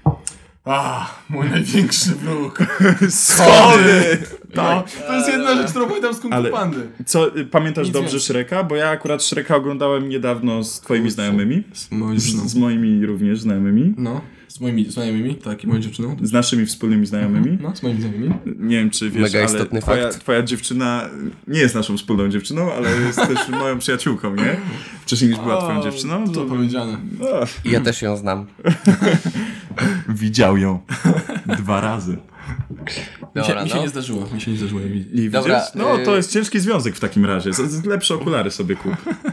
S3: mój największy wróg.
S2: Schody!
S3: No, to jest jedna rzecz, którą pamiętam z Kung Fu Pandy.
S2: Co, pamiętasz
S3: Nic
S2: dobrze
S3: więcej.
S2: Shreka? Bo ja akurat Shreka oglądałem niedawno z twoimi znajomymi. Z
S3: Z
S2: moimi również znajomymi.
S3: No, z moimi znajomymi, tak, i moją dziewczyną.
S2: Z naszymi wspólnymi znajomymi.
S3: No, z moimi znajomymi.
S2: Nie wiem, czy wiesz,
S1: Mega
S2: ale
S1: istotny
S2: twoja dziewczyna nie jest naszą wspólną dziewczyną, ale jest też moją przyjaciółką, nie? Wcześniej niż była twoją dziewczyną.
S3: To powiedziane.
S1: Ja też ją znam.
S2: Widział ją 2 razy.
S1: Dobra,
S3: Mi się nie zdarzyło, jak widzieć.
S2: I
S1: Dobra,
S2: widzisz? No, to jest ciężki związek w takim razie. Lepsze okulary sobie kup.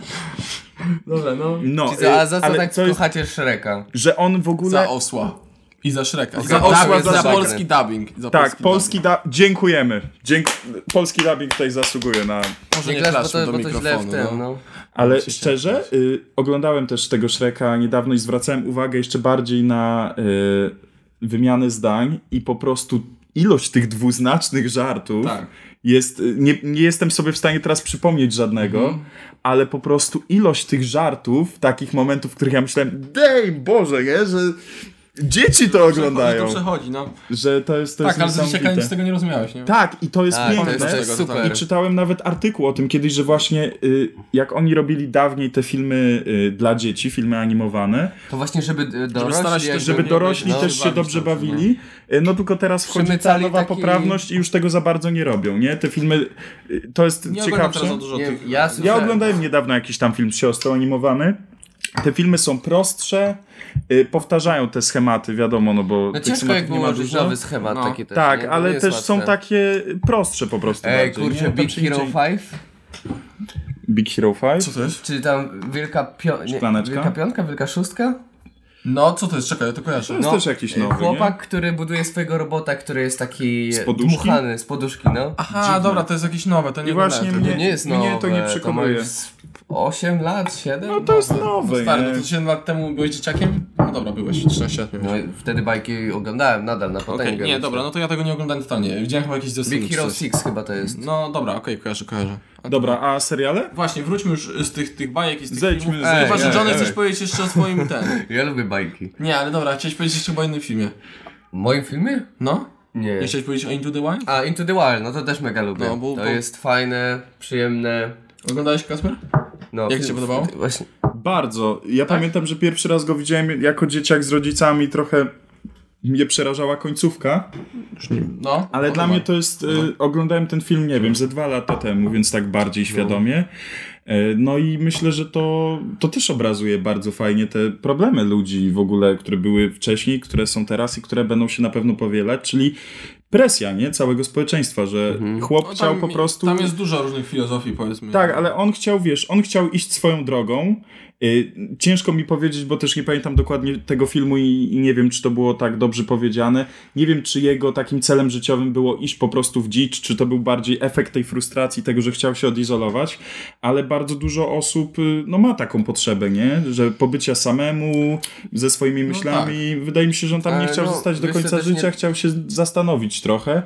S3: Dobra, no.
S2: No,
S1: A za co
S2: ale
S1: tak
S2: co jest,
S1: kochacie Shreka?
S2: że on w ogóle...
S3: Za osła. I za Shreka.
S1: Za
S3: Za
S1: osła,
S3: osła,
S1: za
S3: za
S1: Shreka.
S3: polski dubbing. Za
S2: Tak, polski dziękujemy. Polski dubbing tutaj zasługuje na...
S3: Może
S1: Nie
S3: nie
S1: klasz,
S3: klaszczmy do
S1: bo to źle w
S3: mikrofonu,
S1: tym, no.
S2: Ale
S3: się
S2: szczerze, oglądałem też tego Shreka niedawno i zwracałem uwagę jeszcze bardziej na wymianę zdań i po prostu ilość tych dwuznacznych żartów
S3: Tak.
S2: jest... Nie jestem sobie w stanie teraz przypomnieć żadnego, ale po prostu ilość tych żartów, takich momentów, w których ja myślałem, dej Boże, nie? Że dzieci to oglądają.
S3: To przechodzi, no.
S2: Że to jest
S3: Tak, ale z
S2: niesamowite.
S3: dzieciaka nic z tego nie rozumiałeś, nie?
S2: Tak, i to jest
S1: Tak,
S2: piękne.
S1: to jest super.
S2: I czytałem nawet artykuł o tym kiedyś, że właśnie jak oni robili dawniej te filmy dla dzieci, filmy animowane,
S1: To właśnie, żeby dorośli...
S3: starać się,
S1: jakby-
S2: żeby dorośli
S3: no,
S2: też się
S3: bawić
S2: dobrze
S3: dobrze,
S2: bawili, no tylko teraz wchodzi ta
S1: Przymycali
S2: nowa
S1: taki-
S2: poprawność i już tego za bardzo nie robią, nie? Te filmy, to jest
S3: Nie oglądam teraz za
S2: ciekawsze.
S3: dużo
S1: Nie,
S3: tych...
S1: ja
S2: Ja oglądałem niedawno jakiś tam film z siostrą animowany. Te filmy są prostsze, powtarzają te schematy, wiadomo, no bo
S1: No
S2: tych
S1: ciężko
S2: schematów
S1: jakby
S2: nie ma
S1: ułożyć
S2: dużo.
S1: nowy schemat
S3: No.
S1: taki też,
S2: Tak,
S1: nie? To
S2: ale
S1: nie jest
S2: też są
S1: łatwe.
S2: takie prostsze po prostu
S1: Ej,
S2: bardziej.
S1: kurczę,
S2: nie?
S1: Big
S2: Tam się
S1: Hero
S2: dzieje-
S1: 5?
S2: Big Hero 5?
S3: Co to jest?
S1: Czy tam wielka
S2: Szklaneczka?
S1: wielka piątka, wielka szóstka?
S3: No, co to jest? Czekaj, ja to kojarzę.
S2: To jest też jakiś nowy,
S1: Chłopak, który buduje swojego robota, który jest taki
S2: Z poduszki?
S1: dmuchany, z poduszki, no.
S3: Aha, dobra, to jest jakieś nowe, to nie
S2: I właśnie
S3: oglądałem
S1: To nie jest
S2: mnie
S1: nowe,
S2: to nie
S1: ma
S2: przekonuje.
S1: już 8 lat, 7?
S2: No to jest
S3: tego.
S2: nowe,
S3: Stary,
S2: nie?
S3: no to 7 lat temu byłeś dzieciakiem? No dobra, byłeś, 13 lat miałeś.
S1: No i wtedy bajki oglądałem nadal na
S3: Okej,
S1: potęgę.
S3: nie, dobra, no to ja tego nie oglądałem totalnie. Widziałem chyba jakieś zestawy.
S1: Big Hero 6 chyba to jest.
S3: No dobra, okej, kojarzę.
S2: Dobra, a seriale?
S3: Właśnie, wróćmy już z tych bajek i z tych
S2: Zejdźmy
S3: filmów.
S2: z-
S3: Chyba, że
S1: ej,
S3: Johnny
S1: ej.
S3: chcesz powiedzieć jeszcze o swoim
S1: Ja lubię bajki.
S3: Nie, ale dobra, chciałeś powiedzieć jeszcze o innym filmie.
S1: W moim filmie?
S3: No?
S1: Nie.
S3: Nie chciałeś powiedzieć o Into the Wild?
S1: A, Into the Wild, no to też mega lubię.
S3: No, bo-
S1: to
S3: bo-
S1: jest fajne, przyjemne.
S3: Oglądałeś, Kasper?
S1: No,
S3: Jak ci się podobało?
S1: Właśnie.
S2: Bardzo. Ja pamiętam, że pierwszy raz go widziałem jako dzieciak z rodzicami, trochę mnie przerażała końcówka,
S3: No.
S2: ale dla mnie to jest... oglądałem ten film, nie wiem, ze 2 lata temu, więc tak bardziej świadomie. No i myślę, że to też obrazuje bardzo fajnie te problemy ludzi w ogóle, które były wcześniej, które są teraz i które będą się na pewno powielać, czyli presja, nie? Całego społeczeństwa, że chłop
S3: No,
S2: chciał po prostu...
S3: Tam jest dużo różnych filozofii, powiedzmy.
S2: Tak, ale on chciał, on chciał iść swoją drogą. Ciężko mi powiedzieć, bo też nie pamiętam dokładnie tego filmu i nie wiem, czy to było tak dobrze powiedziane. Nie wiem, czy jego takim celem życiowym było iść po prostu w dzicz, czy to był bardziej efekt tej frustracji, tego, że chciał się odizolować, ale bardzo dużo osób no, ma taką potrzebę, nie? Że pobycia samemu, ze swoimi myślami. Wydaje mi się, że on tam nie chciał zostać do
S1: wiesz co,
S2: końca
S1: też
S2: życia,
S1: nie-
S2: chciał się zastanowić trochę.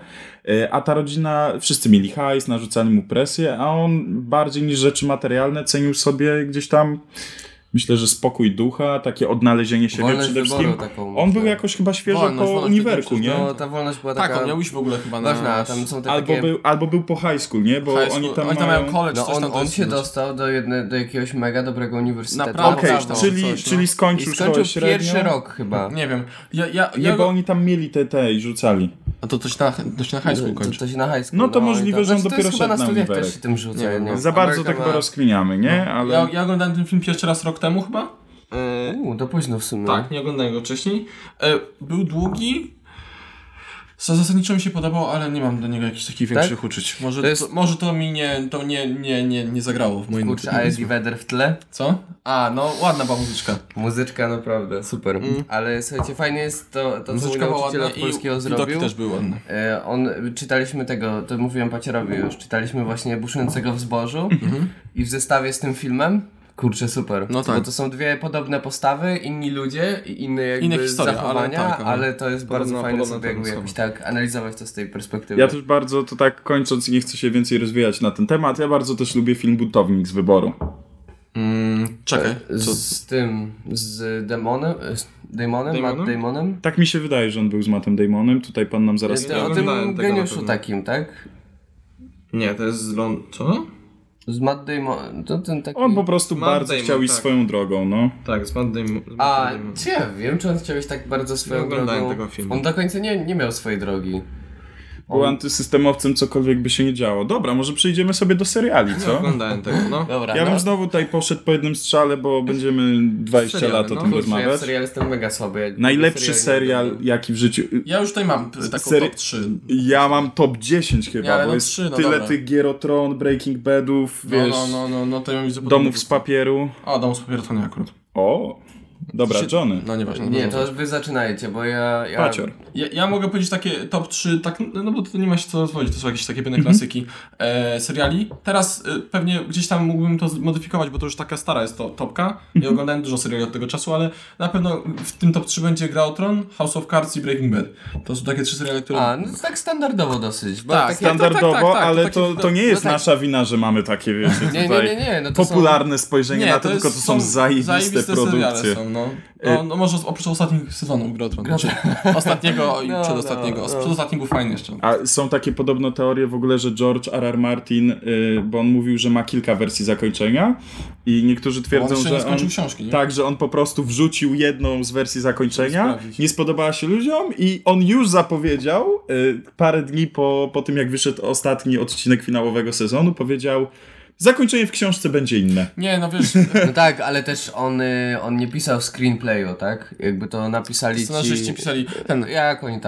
S2: A ta rodzina, wszyscy mieli hajs, narzucali mu presję, a on bardziej niż rzeczy materialne cenił sobie gdzieś tam, myślę, że spokój ducha, takie odnalezienie siebie
S1: Wolność
S2: przede
S1: wyboru
S2: wszystkim.
S1: taką,
S2: On był
S1: myślę.
S2: jakoś chyba świeżo
S3: Wolność,
S2: po
S3: wolność
S2: uniwerku,
S3: taką
S2: nie?
S1: No, ta wolność była taka...
S3: Tak, on miał iść w ogóle chyba na...
S1: ważna, tam są te takie...
S2: Albo był po high school, nie? Bo
S3: High school.
S2: oni tam mają...
S3: college,
S1: No
S3: coś tam
S1: on
S3: to
S1: się
S3: jest.
S1: dostał do jakiegoś mega dobrego uniwersytetu.
S3: Na prawo,
S2: Okej,
S3: coś tam,
S2: czyli,
S3: coś, no.
S2: czyli
S1: I
S2: skończył szkołę
S1: skończył
S2: średnią.
S1: pierwszy rok chyba.
S3: Nie wiem.
S2: Nie, bo oni tam mieli te i rzucali.
S3: A to coś na high school kończy.
S1: To się na high school.
S2: No to możliwe,
S1: i
S2: że on
S1: to
S2: dopiero
S1: jest chyba
S2: szedł
S1: na
S2: na
S1: studiach
S2: uniwerek.
S1: też się tym rzuca.
S3: Nie wiem,
S1: nie?
S3: no.
S2: Za bardzo
S1: Ameryka
S2: tak
S1: ma-
S2: chyba rozkminiamy, nie? Ale...
S3: Ja oglądałem ten film pierwszy raz rok temu chyba.
S1: To późno w sumie.
S3: Tak, nie oglądałem go wcześniej. Był długi. Zasadniczo mi się podobał, ale nie mam do niego jakichś takich większych uczuć. Może to mi nie zagrało w moim
S1: Kurczę, a Eddie Vedder w tle?
S3: Co? A, no ładna była muzyczka.
S1: Muzyczka naprawdę, super. Ale słuchajcie, fajnie jest to co mój
S3: Muzyczka była
S1: nauczyciel
S3: ładna
S1: od polskiego
S3: i
S1: zrobił.
S3: widoki też były ładne.
S1: Czytaliśmy tego, to mówiłem Pacierowi już, czytaliśmy właśnie Buszującego w zbożu i w zestawie z tym filmem, kurczę, super.
S3: No tak.
S1: Bo to są dwie podobne postawy, inni ludzie i inne jakby
S3: Inne historie,
S1: zachowania,
S3: ale tak,
S1: ale to jest bardzo fajne
S3: podobna
S1: sobie jakby
S3: atmosfera.
S1: jakoś tak analizować to z tej perspektywy.
S2: Ja też bardzo, to tak kończąc, nie chcę się więcej rozwijać na ten temat, ja bardzo też lubię film Buntownik z Wyboru.
S3: Czekaj.
S1: Z Damonem? Matt Damonem?
S2: Tak mi się wydaje, że on był z Mattem Damonem, tutaj pan nam zaraz...
S1: O
S3: oglądałem
S1: tym
S3: tego na
S1: geniuszu
S3: pewno.
S1: takim, tak?
S3: Nie, to jest z Co?
S1: Z Matt Damon, to ten taki...
S2: On po prostu
S3: Matt
S2: bardzo
S3: Damon,
S2: chciał iść
S3: tak.
S2: swoją drogą, no.
S3: Tak, z Matt Damon.
S1: A, czy ja wiem, czy on chciał iść tak bardzo swoją
S3: oglądałem
S1: drogą?
S3: tego filmu.
S1: On do końca nie miał swojej drogi.
S2: Był antysystemowcem, cokolwiek by się nie działo. Dobra, może przejdziemy sobie do seriali, co?
S3: Oglądałem tego, no.
S1: Dobra,
S2: Ja
S1: no.
S2: bym znowu tutaj poszedł po jednym strzale, bo będziemy 20
S3: Seriale,
S2: lat o
S3: no.
S2: tym
S1: Kurczę, ja w
S2: rozmawiać.
S1: serial jestem mega słaby. Ja
S2: Najlepszy
S1: nie
S2: serial,
S1: oglądam.
S2: jaki w życiu...
S3: Ja już tutaj mam taką
S2: Serii-
S3: top 3.
S2: Ja mam top 10 chyba,
S3: Nie, ale
S2: bo
S3: no
S2: jest
S3: 3, no
S2: tyle
S3: dobra.
S2: tych Gier o Tron, Breaking Badów, wiesz,
S3: No, to ja mi
S2: domów z papieru.
S3: O, dom z papieru to nie akurat.
S2: O, dobra, Johnny.
S3: No nieważne.
S1: Nie,
S3: no,
S1: to wy zaczynajcie, bo ja...
S2: Pacior.
S3: Ja mogę powiedzieć takie top 3, tak, no bo to nie ma się co rozwodzić, to są jakieś takie pewne klasyki seriali. Teraz pewnie gdzieś tam mógłbym to zmodyfikować, bo to już taka stara jest to topka. Nie oglądałem dużo seriali od tego czasu, ale na pewno w tym top 3 będzie Gra o Tron, House of Cards i Breaking Bad. To są takie 3 seriale, które...
S1: A, no to tak standardowo dosyć. Bo
S3: Tak,
S1: takie...
S2: Standardowo,
S3: tak,
S2: ale
S3: to takie-
S2: to nie jest
S1: no tak.
S2: nasza wina, że mamy takie, wiecie,
S1: Nie,
S2: tutaj
S1: nie, no to
S2: popularne spojrzenie na to, tylko to są zajebiste
S3: seriale
S2: produkcje.
S3: są, no może oprócz ostatnich sezonów Gra o Tron. Znaczy, ostatniego i przedostatniego. Przedostatni był fajny jeszcze.
S2: A są takie podobno teorie w ogóle, że George R.R. Martin, bo on mówił, że ma kilka wersji zakończenia i niektórzy twierdzą,
S3: On jeszcze nie
S2: że
S3: skończył książki, nie?
S2: tak, że on po prostu wrzucił jedną z wersji zakończenia,
S3: Żeby sprawdzić.
S2: nie spodobała się ludziom i on już zapowiedział parę dni po tym, jak wyszedł ostatni odcinek finałowego sezonu, powiedział: zakończenie w książce będzie inne.
S3: Nie, no wiesz,
S1: No tak, ale też on nie pisał screenplayu, tak? Jakby to napisali
S3: scenarzyści pisali ten...
S1: Jak oni tam?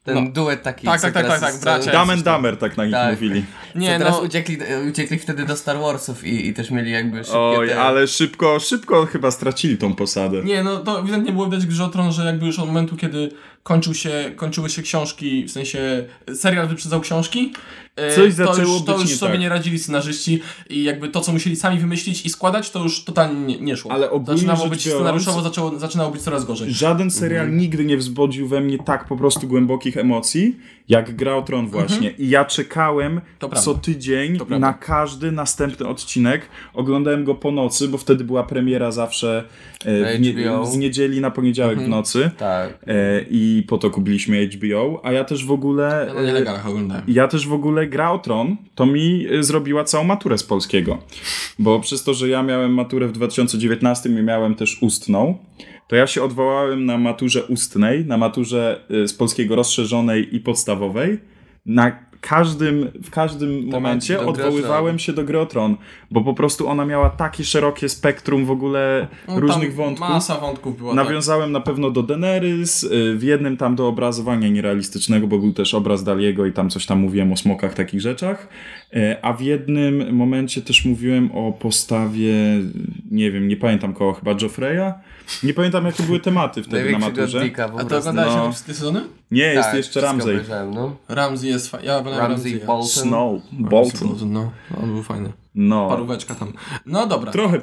S1: Ten duet taki.
S3: Tak,
S1: co
S3: tak, tak,
S1: teraz
S3: tak,
S1: jest
S3: bracia.
S2: Dumb and Dumber, tak na nich
S1: Tak.
S2: mówili.
S3: Nie,
S1: co teraz
S3: no,
S1: uciekli wtedy do Star Warsów i też mieli jakby szybkie
S2: Oj,
S1: te...
S2: ale szybko chyba stracili tą posadę.
S3: nie, no to ewidentnie było widać w Grze o Tron, że jakby już od momentu, kiedy kończyły się książki, w sensie serial wyprzedzał książki,
S2: Coś zaczęło
S3: to
S2: być
S3: już
S2: nie
S3: sobie
S2: tak.
S3: nie radzili scenarzyści i jakby to, co musieli sami wymyślić i składać, to już totalnie nie szło.
S2: Ale ogólnie
S3: Zaczynało
S2: rzecz
S3: być
S2: biorąc-
S3: scenariuszowo, zaczynało być coraz gorzej.
S2: Żaden serial nigdy nie wzbudził we mnie tak po prostu głębokich emocji, jak Gra o Tron właśnie. I ja czekałem
S3: To prawda.
S2: co tydzień
S3: prawda.
S2: na każdy następny odcinek. Oglądałem go po nocy, bo wtedy była premiera zawsze
S1: HBO.
S2: z niedzieli na poniedziałek w nocy.
S1: Tak.
S2: I po to kupiliśmy HBO. A ja też w ogóle...
S3: Ja na nielegalach oglądałem.
S2: Ja też w ogóle Gra o Tron to mi zrobiła całą maturę z polskiego. Bo przez to, że ja miałem maturę w 2019 i miałem też ustną, to ja się odwołałem na maturze ustnej, na maturze z polskiego rozszerzonej i podstawowej. W każdym momencie
S1: do Gry o
S2: odwoływałem się do Gry o Tron, bo po prostu ona miała takie szerokie spektrum w ogóle
S3: No,
S2: różnych
S3: tam
S2: wątków.
S3: Masa wątków była.
S2: Nawiązałem na pewno do Daenerys, w jednym tam do obrazowania nierealistycznego, bo był też obraz Daliego i tam coś tam mówiłem o smokach, takich rzeczach, a w jednym momencie też mówiłem o postawie, nie wiem, nie pamiętam koło, chyba Joffreya. Nie pamiętam, jakie były tematy wtedy na
S1: Największego
S2: maturze.
S1: dika po
S3: A to
S1: prostu.
S3: oglądałeś
S2: no.
S3: wszystkie sezony?
S2: Nie, jest
S1: Tak,
S2: jeszcze
S1: wszystko
S2: Ramsay.
S1: obejrzałem, no.
S3: Ramsey jest fajny. Ja wolałem
S1: Ramsey
S3: Ramsey'a.
S1: Bolton.
S2: Snow, Bolton.
S3: No, on był fajny.
S2: No,
S3: Paróweczka tam. No dobra.
S2: trochę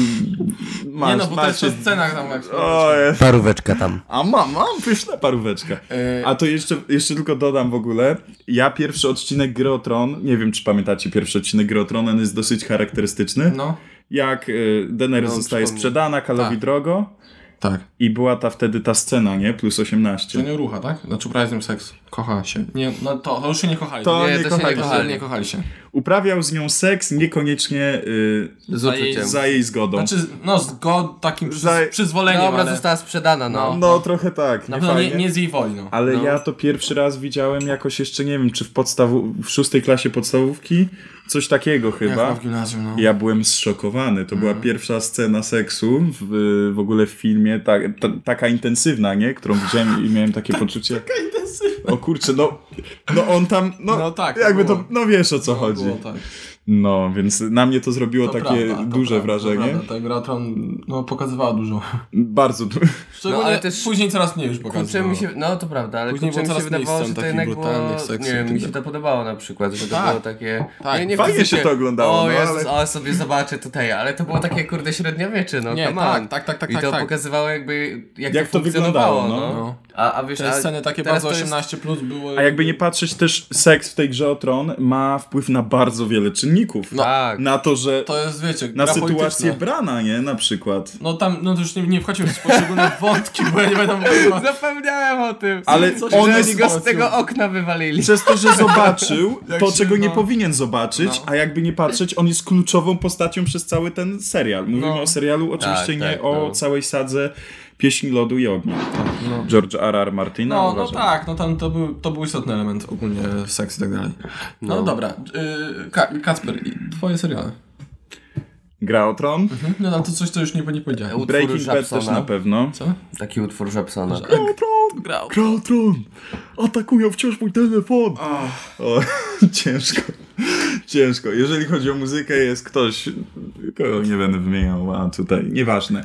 S3: Nie no, bo to jest ta scena tam jak
S2: O, jest.
S1: Paróweczka tam.
S2: A mam pyszne paróweczkę. A to jeszcze tylko dodam w ogóle. Ja pierwszy odcinek Gry o Tron, nie wiem czy pamiętacie pierwszy odcinek Gry o Tron, on jest dosyć charakterystyczny.
S3: No,
S2: Jak Daenerys
S1: No,
S2: zostaje
S1: przypomnę.
S2: sprzedana Kalowi
S3: Tak.
S2: drogo
S3: tak.
S2: i była wtedy ta scena, nie? Plus 18.
S3: Że nie rucha, tak? Znaczy uprawiał z nim seks. Kocha się. Nie, no to już się nie kochali.
S2: To
S1: Nie,
S2: nie
S1: to się nie
S2: kochali
S1: kochali.
S2: się.
S3: Nie kochali się.
S2: Uprawiał z nią seks niekoniecznie
S1: Z uczuciem.
S2: za jej zgodą.
S3: Znaczy, no zgod takim
S2: Za-
S3: przyzwoleniem,
S1: Dobra,
S3: ale...
S1: została sprzedana, no.
S2: No trochę tak.
S3: Na
S2: nie
S3: pewno
S2: fajnie.
S3: nie z jej woli, no.
S2: Ale
S1: No.
S2: ja to pierwszy raz widziałem jakoś jeszcze, nie wiem, czy w 6 klasie podstawówki, coś takiego chyba.
S3: w gimnazjum, no.
S2: Ja byłem zszokowany. To była pierwsza scena seksu w ogóle w filmie, taka intensywna, nie? Którą widziałem i miałem takie poczucie.
S3: Taka intensywna.
S2: O kurczę, no on tam,
S3: No tak, to
S2: jakby
S3: było.
S2: to, no wiesz o co chodzi.
S3: Było, tak.
S2: No, więc na mnie to zrobiło
S3: To
S2: takie
S3: prawda, to
S2: duże
S3: prawda,
S2: wrażenie.
S3: To prawda. Ta gra Tron no, pokazywała dużo.
S2: Bardzo
S3: Szczególnie
S1: ale też-
S3: później coraz mniej już
S1: Kurczę
S3: pokazywała.
S1: mi się, no to prawda, ale
S3: Później
S1: kurczę mi
S3: było
S1: się
S3: coraz mniej
S1: wydawało,
S3: scen
S1: że to
S3: takich
S1: jednak było,
S3: brutalnych seksów
S1: nie
S3: i
S1: wiem,
S3: tak
S1: mi się
S3: dalej.
S1: to podobało na przykład, że to
S3: Tak.
S1: było takie...
S3: Tak.
S1: Nie
S2: Fajnie
S1: chcecie-
S2: się to oglądało,
S1: O
S2: no,
S1: Jezus,
S2: ale-
S1: ale sobie zobaczę tutaj, ale to było takie kurde średniowiecze, no
S3: Nie,
S1: come on.
S3: tak.
S1: I to
S3: tak.
S1: pokazywało jakby, jak
S2: Jak
S1: to
S2: to
S1: funkcjonowało,
S2: wyglądało,
S1: no.
S3: no.
S1: A wiesz,
S3: Te sceny takie
S1: teraz
S3: bardzo
S1: to jest-
S3: 18 plus były...
S2: A jakby nie patrzeć, też seks w tej Grze o Tron ma wpływ na bardzo wiele czynników.
S3: No,
S1: Tak.
S2: Na to, że
S3: To jest, wiecie,
S2: na
S3: gra
S2: sytuację
S3: polityczna.
S2: Brana, nie? Na przykład.
S3: No tam, no to już nie wchodźmy w poszczególne wątki, bo ja nie będę mówił.
S1: Zapomniałem o tym.
S2: Ale
S3: Co się
S2: on
S3: dzieje?
S2: jest
S1: Oni go z tego okna wywalili.
S2: przez to, że zobaczył
S3: Jak
S2: to,
S3: się,
S2: czego nie
S3: no.
S2: powinien zobaczyć,
S3: No.
S2: a jakby nie patrzeć, on jest kluczową postacią przez cały ten serial. Mówimy
S3: No.
S2: o serialu, oczywiście
S1: Tak,
S2: nie
S1: tak,
S2: o
S1: no.
S2: całej sadze Pieśni Lodu i Ognia.
S3: No.
S2: George R.R. Martina,
S3: No
S2: uważam.
S3: tak, no tam to był istotny element ogólnie seks i tak dalej. No, dobra, Kacper, twoje seriale.
S2: Gra o Tron,
S3: No tam to coś, co już nie powiedziałem.
S1: Utwór
S2: Breaking Bad
S1: Japsona.
S2: też na pewno.
S3: Co?
S1: Taki utwór Japsona.
S2: Gra o Tron!
S3: Grał.
S2: Gra o Tron! Atakują wciąż mój telefon! O, ciężko. Jeżeli chodzi o muzykę, jest ktoś, kogo nie będę wymieniał, a tutaj, nieważne.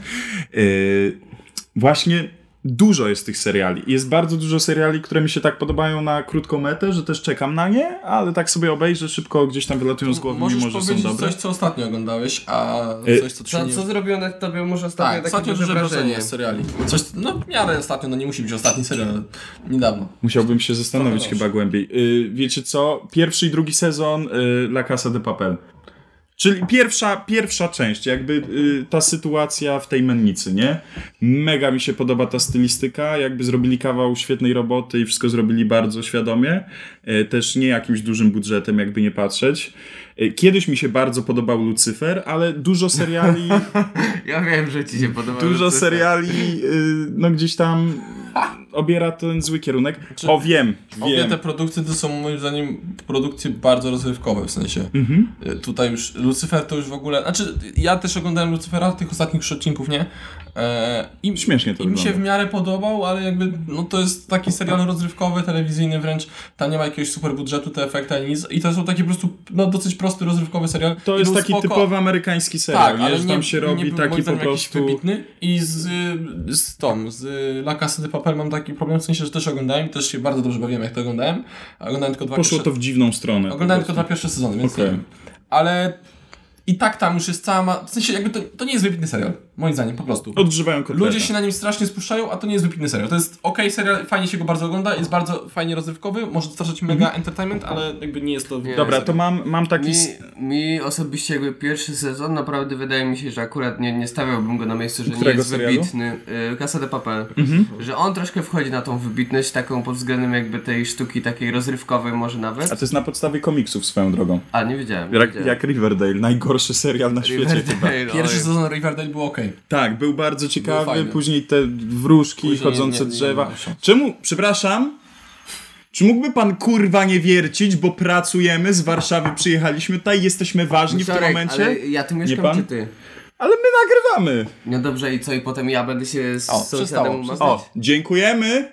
S2: Właśnie dużo jest tych seriali. Jest bardzo dużo seriali, które mi się tak podobają na krótką metę, że też czekam na nie, ale tak sobie obejrzę, szybko gdzieś tam wylatują z głowy,
S3: Możesz
S2: mimo że są
S3: powiedzieć
S2: dobre.
S3: coś, co ostatnio oglądałeś, a coś, co
S1: Co zrobiło na tobie może ostatnio
S3: Tak,
S1: takie
S3: ostatnio
S1: duże
S3: duże wrażenie
S1: wrażenie?
S3: z seriali. Coś, no w miarę ostatnio, no nie musi być ostatni serial, ale niedawno.
S2: Musiałbym się zastanowić
S3: Trochę
S2: chyba głębiej. Wiecie co? Pierwszy i drugi sezon La Casa de Papel. Czyli pierwsza część, jakby ta sytuacja w tej mennicy, nie? Mega mi się podoba ta stylistyka, jakby zrobili kawał świetnej roboty i wszystko zrobili bardzo świadomie. Też nie jakimś dużym budżetem, jakby nie patrzeć. Kiedyś mi się bardzo podobał Lucyfer, ale dużo seriali...
S1: Ja wiem, że ci się podoba.
S2: Dużo
S1: Lucyfer.
S2: seriali, no gdzieś tam obiera ten zły kierunek.
S3: Czy-
S2: Wiem.
S3: Obie te produkcje to są moim zdaniem produkcje bardzo rozrywkowe, w sensie. Tutaj już Lucyfer to już w ogóle... Znaczy, ja też oglądałem Lucyfera, tych ostatnich odcinków, nie?
S2: Śmiesznie to
S3: I mi się w
S2: wygląda.
S3: miarę podobał, ale jakby, no to jest taki serial rozrywkowy, telewizyjny wręcz, tam nie ma jakiegoś super budżetu, te efekty ani nic i to są taki po prostu, no dosyć prosty, rozrywkowy serial.
S2: To
S3: I
S2: jest
S3: był
S2: taki
S3: spoko.
S2: typowy amerykański serial,
S3: Tak,
S2: nie?
S3: ale
S2: Że
S3: nie,
S2: tam się robi
S3: nie był,
S2: taki
S3: moim
S2: po
S3: zdaniem, jakiś
S2: prostu...
S3: wybitny i z La Casa de Papel mam taki problem, w sensie, że też oglądałem i też się bardzo dobrze bawiłem, jak to oglądałem. Oglądałem tylko
S2: Poszło to w dziwną stronę.
S3: Oglądałem tylko 2 pierwsze sezony, więc
S2: Okej.
S3: nie wiem. Ale i tak tam już jest cała... W sensie jakby to nie jest wybitny serial, moim zdaniem, po prostu.
S2: Odgrzewają kotleta.
S3: Ludzie się na nim strasznie spuszczają, a to nie jest wybitny serial. To jest okej serial, fajnie się go bardzo ogląda, jest bardzo fajnie rozrywkowy, może dostarczać mega entertainment, ale jakby nie jest to...
S1: Nie.
S2: Dobra,
S3: serial.
S2: to mam taki...
S1: Mi osobiście jakby pierwszy sezon naprawdę wydaje mi się, że akurat nie stawiałbym go na miejscu, że nie
S2: Którego
S1: jest
S2: serialu?
S1: wybitny. Casa de Papel. Że on troszkę wchodzi na tą wybitność taką pod względem jakby tej sztuki takiej rozrywkowej może nawet.
S2: A to jest na podstawie komiksów swoją drogą.
S1: A nie wiedziałem. nie
S2: Jak,
S1: wiedziałem.
S2: jak Riverdale, najgorszy serial na świecie chyba.
S1: Riverdale,
S3: Pierwszy
S1: oj.
S3: sezon Riverdale był okej.
S2: Tak, był bardzo ciekawy,
S3: fajny.
S2: później te wróżki,
S3: Później
S2: chodzące
S3: nie
S2: drzewa.
S3: miał szans.
S2: Czemu, przepraszam, czy mógłby pan kurwa nie wiercić, bo pracujemy, z Warszawy przyjechaliśmy tutaj, jesteśmy ważni w tym
S1: Sorek,
S2: momencie?
S1: ale ja tu mieszkam,
S2: pan?
S1: czy ty?
S2: Ale my nagrywamy.
S1: No dobrze, i co? I potem ja będę się z
S3: O,
S1: sąsiadem
S3: przestało,
S1: umawiać?
S2: O, dziękujemy.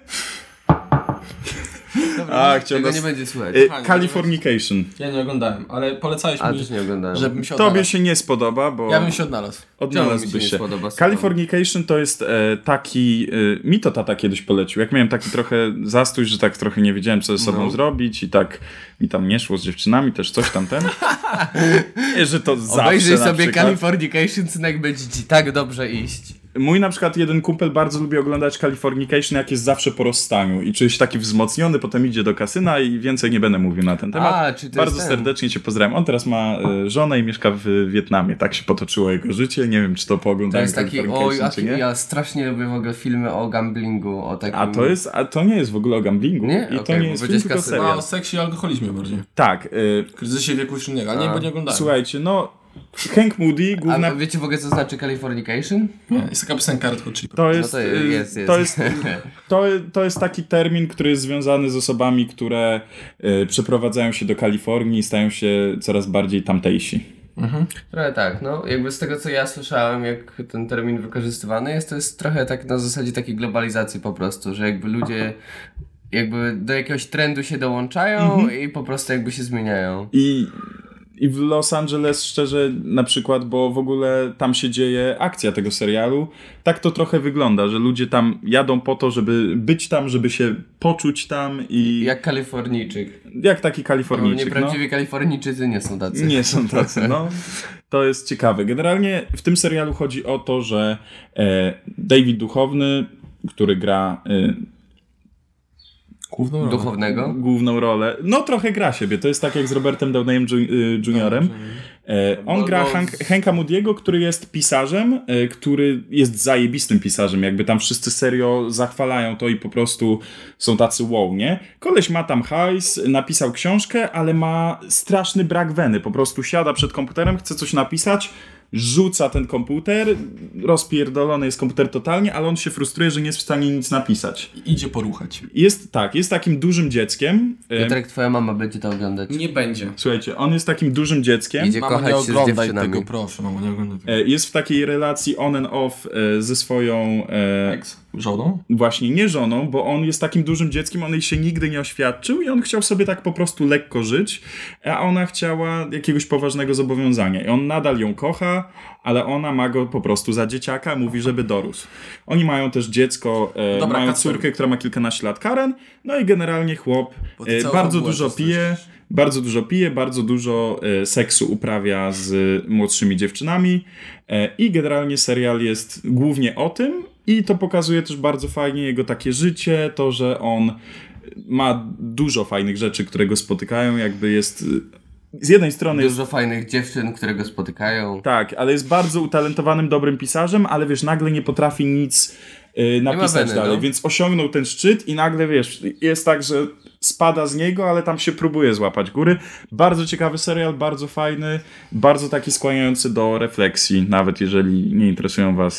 S2: A, chciałem
S1: Tego
S2: nas...
S1: nie będzie słychać.
S2: Californication.
S3: Ja nie oglądałem, ale polecałeś
S1: A,
S3: mi,
S1: też nie oglądałem.
S3: żebym się odnalazł.
S2: Tobie się nie spodoba, bo...
S3: Ja bym się odnalazł.
S2: Odnalazłby
S1: Czemu mi się
S2: się.
S1: nie spodoba,
S2: Californication to jest taki... mi to tata kiedyś polecił. Jak miałem taki trochę zastój, że tak trochę nie wiedziałem, co ze sobą zrobić i tak mi tam nie szło z dziewczynami, też coś tam ten. Nie, że to zawsze
S1: Obejrzyj
S2: na
S1: sobie
S2: przykład.
S1: Californication, synek, będzie ci tak dobrze iść.
S2: Mój na przykład jeden kumpel bardzo lubi oglądać Californication, jak jest zawsze po rozstaniu i czuje się taki wzmocniony, potem idzie do kasyna i więcej nie będę mówił na ten temat.
S1: A, czy to
S2: Bardzo
S1: jest ten?
S2: serdecznie cię pozdrawiam. On teraz ma żonę i mieszka w Wietnamie. Tak się potoczyło jego życie. Nie wiem, czy to po
S1: To
S2: oglądaniu
S1: jest taki,
S2: Californication, czy nie.
S1: ja strasznie lubię w ogóle filmy o gamblingu, o takim...
S2: A to nie jest w ogóle o gamblingu.
S1: Nie?
S2: I to
S1: Okej,
S2: nie
S1: bo
S2: jest
S1: będziesz
S2: film, tylko
S1: kasyno.
S3: No,
S2: serial.
S3: o seksie i alkoholizmie bardziej.
S2: Tak.
S3: Kryzysie wieku średniego, ale nie, bo nie oglądałem.
S2: Słuchajcie, no Hank Moody,
S1: A
S2: główna...
S1: wiecie w ogóle co znaczy Californication?
S3: Nie, jest taka piosenka Red Hot Chili Peppers.
S2: To jest,
S1: No to jest.
S2: to jest, to jest taki termin, który jest związany z osobami, które przeprowadzają się do Kalifornii i stają się coraz bardziej tamtejsi.
S1: Trochę tak, no jakby z tego co ja słyszałem, jak ten termin wykorzystywany jest, to jest trochę tak na zasadzie takiej globalizacji po prostu, że jakby ludzie jakby do jakiegoś trendu się dołączają i po prostu jakby się zmieniają.
S2: I w Los Angeles szczerze na przykład, bo w ogóle tam się dzieje akcja tego serialu, tak to trochę wygląda, że ludzie tam jadą po to, żeby być tam, żeby się poczuć tam i
S1: Jak Kalifornijczyk.
S2: jak taki Kalifornijczyk.
S1: Nieprawdziwi Kalifornijczycy nie są tacy.
S2: Nie są tacy, no. To jest ciekawe. Generalnie w tym serialu chodzi o to, że David Duchovny, który gra
S1: Duchownego.
S2: główną rolę, no trochę gra siebie. To jest tak jak z Robertem Downeyem Jr. On gra Hanka Moody'ego, który jest pisarzem, który jest zajebistym pisarzem. Jakby tam wszyscy serio zachwalają to i po prostu są tacy wow, nie? Koleś ma tam hajs, napisał książkę, ale ma straszny brak weny. Po prostu siada przed komputerem, chce coś napisać, rzuca ten komputer, rozpierdolony jest komputer totalnie, ale on się frustruje, że nie jest w stanie nic napisać.
S3: Idzie poruchać.
S2: Jest takim dużym dzieckiem.
S1: Piotrek, twoja mama będzie to oglądać.
S3: Nie będzie.
S2: Słuchajcie, on jest takim dużym dzieckiem.
S1: Idzie
S3: Mamo,
S1: kochać
S3: nie
S1: się z
S3: oglądaj
S1: dziewczynami.
S3: tego, proszę, mamo, nie oglądaj tego.
S2: Jest w takiej relacji on and off ze swoją
S3: Żoną?
S2: właśnie nie żoną, bo on jest takim dużym dzieckiem, on jej się nigdy nie oświadczył i on chciał sobie tak po prostu lekko żyć, a ona chciała jakiegoś poważnego zobowiązania. I on nadal ją kocha, ale ona ma go po prostu za dzieciaka, mówi, żeby dorósł. Oni mają też dziecko,
S3: Dobra,
S2: mają
S3: Kacper.
S2: córkę, która ma kilkanaście lat, Karen, no i generalnie chłop
S3: Bo ty całą
S2: bardzo
S3: fabułę
S2: dużo
S3: to
S2: pije, bardzo dużo seksu uprawia z młodszymi dziewczynami i generalnie serial jest głównie o tym i to pokazuje też bardzo fajnie jego takie życie, to, że on ma dużo fajnych rzeczy, które go spotykają, jakby jest z jednej strony jest
S1: Dużo fajnych dziewczyn, które go spotykają.
S2: tak, ale jest bardzo utalentowanym, dobrym pisarzem, ale wiesz, nagle nie potrafi nic napisać
S1: weny,
S2: dalej,
S1: no.
S2: więc osiągnął ten szczyt i nagle, wiesz, jest tak, że spada z niego, ale tam się próbuje złapać góry. Bardzo ciekawy serial, bardzo fajny, bardzo taki skłaniający do refleksji, nawet jeżeli nie interesują was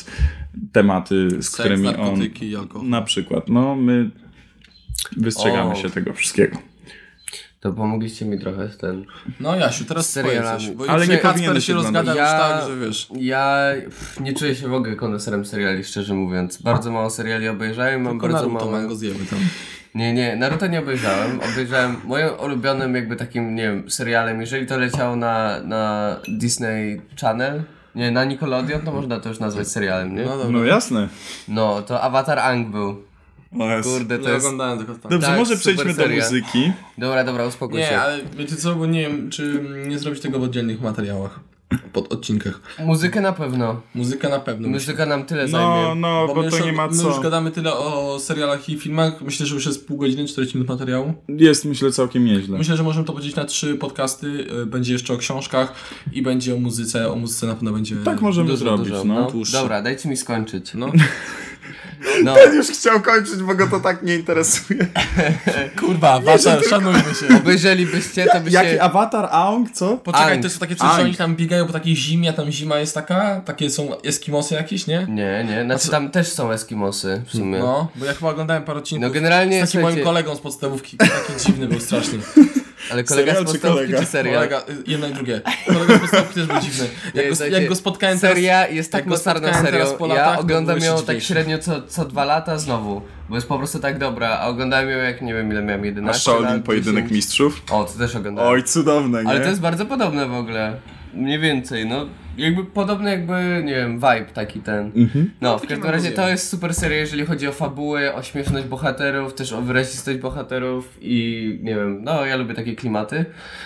S2: tematy, z
S3: Seks,
S2: którymi
S3: narkotyki i alkohol.
S2: na przykład, no my wystrzegamy się tego wszystkiego.
S1: To pomogliście mi trochę z ten...
S3: No Jasiu, teraz swoje
S1: serialami.
S3: coś. Bo
S2: Ale nie
S3: Kacper
S2: powinieneś
S3: się rozgada
S1: oglądać.
S3: już tak, że wiesz.
S1: Ja nie czuję się w ogóle koneserem seriali, szczerze mówiąc. Bardzo mało seriali obejrzałem, mam
S3: Tylko
S1: bardzo
S3: Naruto
S1: mało...
S3: mango zjemy tam.
S1: Nie, Naruto nie obejrzałem. Obejrzałem moim ulubionym jakby takim, nie wiem, serialem, jeżeli to leciało na Disney Channel, nie, na Nickelodeon, to można to już nazwać serialem, nie?
S3: No dobra.
S2: No jasne.
S1: No, to Avatar Aang był.
S2: O Jezu.
S1: Kurde, to
S3: Nie
S1: jest...
S3: oglądałem tylko tam.
S2: Dobrze,
S1: tak,
S2: może
S1: super
S2: przejdźmy do
S1: seria.
S2: muzyki.
S1: Dobra, uspokój się.
S3: Nie, ale wiecie co, bo nie wiem, czy nie zrobić tego w oddzielnych materiałach. Pod odcinkach.
S1: Muzykę na pewno.
S3: Muzyka na pewno.
S1: Muzyka nam tyle
S2: No,
S1: zajmie.
S2: no, bo
S3: my
S2: to
S3: już,
S2: nie ma
S3: my
S2: co.
S3: już gadamy tyle o serialach i filmach. Myślę, że już jest pół godziny, 40 minut materiału.
S2: Jest, myślę, całkiem nieźle.
S3: Myślę, że możemy to podzielić na 3 podcasty. Będzie jeszcze o książkach i będzie o muzyce. O muzyce na pewno będzie...
S2: Tak możemy zrobić,
S1: Dużo.
S2: no.
S3: Dłuższy.
S1: Dobra, dajcie mi skończyć.
S3: No.
S1: No.
S2: Ten już chciał kończyć, bo go to tak nie interesuje.
S3: Kurwa, Water, szanujmy się.
S1: Obejrzelibyście, to by się...
S2: Jaki awatar Aang, co?
S3: Poczekaj,
S1: Ang.
S3: to jest takie coś, że oni tam biegają po takiej zimie, a tam zima jest taka? Takie są Eskimosy jakieś, nie?
S1: Nie, znaczy tam też są Eskimosy w sumie.
S3: No, bo ja chyba oglądałem parę odcinków
S1: No generalnie,
S3: z takim moim
S1: słuchajcie,
S3: kolegą z podstawówki. Taki dziwny był strasznie.
S1: ale kolega
S2: Serial
S1: z
S2: czy
S1: podstawówki
S2: kolega?
S1: czy serial?
S3: Kolega, jedno i drugie. Kolega z podstawówki też był dziwny. Jak go spotkałem teraz...
S1: Seria jest tak
S3: jak go
S1: mocarną
S3: spotkałem
S1: serią.
S3: teraz po
S1: Ja
S3: latach, to
S1: oglądam
S3: był
S1: ją
S3: jeszcze
S1: tak
S3: dziwniejszy.
S1: średnio co 2 lata znowu, bo jest po prostu tak dobra, a oglądałem ją jak nie wiem ile miałem,
S2: A
S1: 11
S2: Shaolin
S1: lat,
S2: Pojedynek
S1: 10.
S2: Mistrzów?
S1: O, to też oglądałem.
S2: Oj, cudowne, nie?
S1: Ale to jest bardzo podobne w ogóle. Mniej więcej, no. Jakby podobny jakby, nie wiem, vibe taki ten. No, w każdym razie to jest super seria, jeżeli chodzi o fabułę, o śmieszność bohaterów, też o wyrazistość bohaterów i nie wiem, no ja lubię takie klimaty.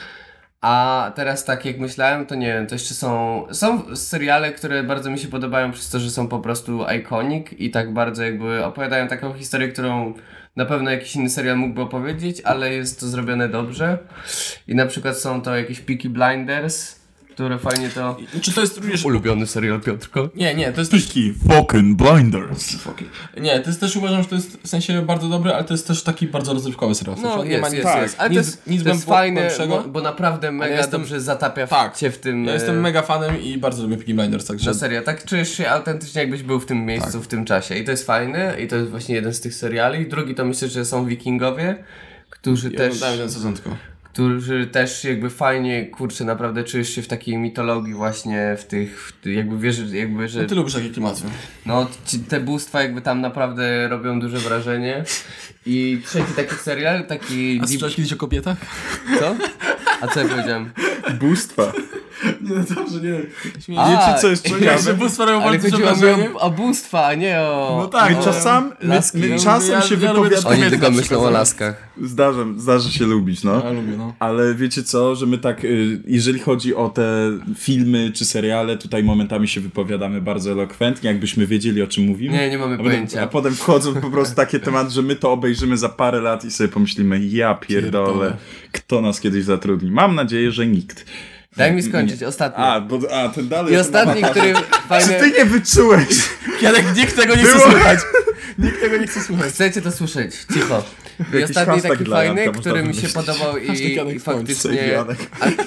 S1: A teraz tak jak myślałem, to nie wiem, to jeszcze są seriale, które bardzo mi się podobają przez to, że są po prostu iconic i tak bardzo jakby opowiadają taką historię, którą na pewno jakiś inny serial mógłby opowiedzieć, ale jest to zrobione dobrze. I na przykład są to jakieś Peaky Blinders, które fajnie to...
S3: Czy to jest również...
S1: Ulubiony serial Piotrko?
S3: Nie, to jest też...
S2: Piki fucking blinders.
S3: Nie, to jest też uważam, że to jest w sensie bardzo dobre, ale to jest też taki bardzo rozrywkowy serial. W sensie
S1: No
S3: on nie ma nic,
S1: jest. Ale
S3: nic,
S1: to jest fajne,
S3: głębszego.
S1: bo naprawdę mega
S3: jestem-
S1: dobrze zatapia
S3: Tak.
S1: cię w tym...
S3: Ja jestem mega fanem i bardzo lubię Peaky Blinders, także...
S1: No serio, tak czujesz się autentycznie jakbyś był w tym miejscu, w tym czasie. I to jest fajne i to jest właśnie jeden z tych seriali. Drugi to myślę, że są Wikingowie, którzy
S3: Ja
S1: też...
S3: oglądałem ten sezon tylko.
S1: Którzy też jakby fajnie, kurczę, naprawdę czujesz się w takiej mitologii właśnie, jakby wiesz, jakby, że...
S3: No ty lubisz takie klimaty.
S1: No, te bóstwa jakby tam naprawdę robią duże wrażenie. I trzeci taki serial, taki...
S3: A słyszałeś kiedyś o kobietach?
S1: Co? A co ja powiedziałem?
S2: Bóstwa.
S3: Nie, no dobrze, nie.
S2: Wiecie, co jest
S3: Że
S2: ciekawe?
S3: bóstwa robią
S1: Ale
S3: bardzo duże
S1: chodziło mi
S3: wrażenie.
S1: o bóstwa, a nie o...
S3: No tak,
S2: My
S3: no.
S2: czasem, my
S3: Ja
S2: czasem się
S3: lubię
S2: wypowiadamy.
S1: Oni
S3: kobiety
S1: tylko
S3: na
S1: myślą
S3: przykład,
S1: o
S3: no.
S1: laskach.
S2: Zdarza się lubić, no.
S3: Ja lubię, no.
S2: Ale wiecie co, że my tak, jeżeli chodzi o te filmy czy seriale, tutaj momentami się wypowiadamy bardzo elokwentnie, jakbyśmy wiedzieli, o czym mówimy.
S1: Nie mamy
S2: A potem,
S1: pojęcia.
S2: a potem wchodzą po prostu takie tematy, że my to obejrzymy za parę lat i sobie pomyślimy, ja pierdolę, kto nas kiedyś zatrudni. Mam nadzieję, że nikt.
S1: Daj mi skończyć, ostatni.
S2: Ten dalej.
S1: I
S2: o tym
S1: ostatni,
S2: awatarze.
S1: który
S2: Czy
S1: fajny...
S2: ty nie wyczułeś?
S3: Janek, nikt tego nie chce
S2: Było-
S3: słuchać. Nikt tego nie chce słuchać.
S1: Chcecie to słyszeć, cicho. I
S2: Jakiś
S1: ostatni
S2: hashtag
S1: taki
S2: dla
S1: fajny,
S2: Janka
S1: który
S2: można
S1: mi się
S2: wymyślić.
S1: podobał
S3: Hashtag Janek
S1: i
S3: skończ.
S1: faktycznie...
S2: Janek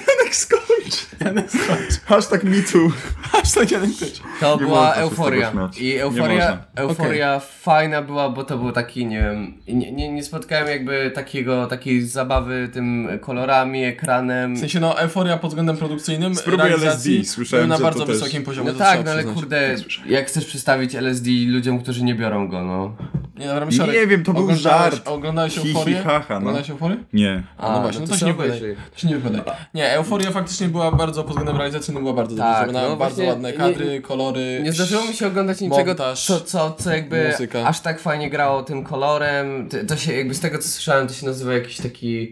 S2: skończ. Hashtag MeToo.
S3: Hashtag Janek też.
S1: To
S2: Nie
S1: była
S2: można się z
S1: euforia.
S2: tego śmiać.
S1: I
S2: Nie
S1: euforia fajna była, bo to był taki, nie wiem, nie spotkałem jakby takiej zabawy tym kolorami, ekranem.
S3: W sensie, no, euforia pod względem produkcyjnym,
S2: Spróbuj
S3: realizacji
S2: LSD, słyszałem,
S3: był na
S2: że
S3: bardzo
S2: to też-
S3: wysokim poziomie.
S1: No
S3: to
S1: tak,
S3: trzeba
S1: no ale
S3: przyznać.
S1: kurde, jak chcesz przedstawić LSD ludziom, którzy nie biorą go, no.
S3: Nie, dobra, Miszarek,
S2: Nie wiem, to był żart.
S3: Oglądałeś
S2: Hi, hi,
S3: euforię?
S2: ha, ha, no.
S3: Oglądałeś euforię?
S2: Nie.
S3: A, no właśnie, no to się nie wypowiadaj. To się nie wypowiadaj. Nie, euforia faktycznie była bardzo pod względem realizacyjnym, była bardzo dobrze
S1: Tak,
S3: zrobiona,
S1: no
S3: bardzo
S1: właśnie
S3: ładne kadry, kolory.
S1: Nie zdarzyło mi się oglądać niczego,
S3: montaż,
S1: co jakby
S3: muzyka.
S1: aż tak fajnie grało tym kolorem. To się jakby z tego co słyszałem, to się nazywa jakiś taki...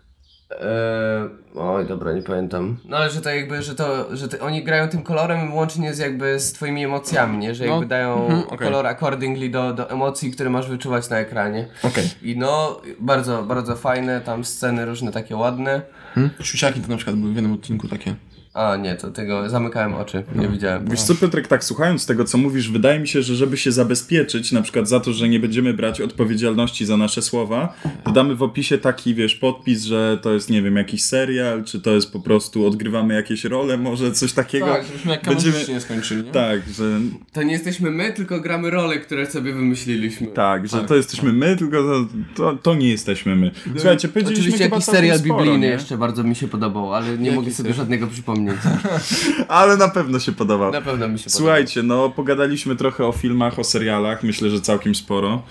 S1: Oj, dobra, nie pamiętam. No ale że to jakby, oni grają tym kolorem łącznie z twoimi emocjami, nie? Że
S3: No,
S1: jakby dają
S3: okej.
S1: kolor accordingly do emocji, które masz wyczuwać na ekranie.
S3: Okej.
S1: I no, bardzo, bardzo fajne, tam sceny różne takie ładne.
S3: Siusiaki to na przykład były w jednym odcinku takie.
S1: A nie, to tego zamykałem oczy, nie widziałem.
S2: Wiesz co, Piotrek, tak słuchając tego, co mówisz, wydaje mi się, że żeby się zabezpieczyć, na przykład za to, że nie będziemy brać odpowiedzialności za nasze słowa, dodamy w opisie taki, wiesz, podpis, że to jest, nie wiem, jakiś serial, czy to jest po prostu odgrywamy jakieś role, może coś takiego.
S3: Tak, żebyśmy jak kamerzyści nie skończyli, nie?
S2: Tak, że...
S1: To nie jesteśmy my, tylko gramy role, które sobie wymyśliliśmy.
S2: Tak, że to jesteśmy my, tylko to nie jesteśmy my. Słuchajcie, powiedzieliśmy
S1: Oczywiście
S2: chyba
S1: jakiś
S2: całkiem
S1: serial
S2: sporo,
S1: biblijny
S2: nie?
S1: jeszcze bardzo mi się podobał, ale nie mogę sobie żadnego przypomnieć.
S2: Ale na pewno się podobał.
S1: Na pewno mi się podobał.
S2: Słuchajcie, no pogadaliśmy trochę o filmach, o serialach, myślę, że całkiem sporo.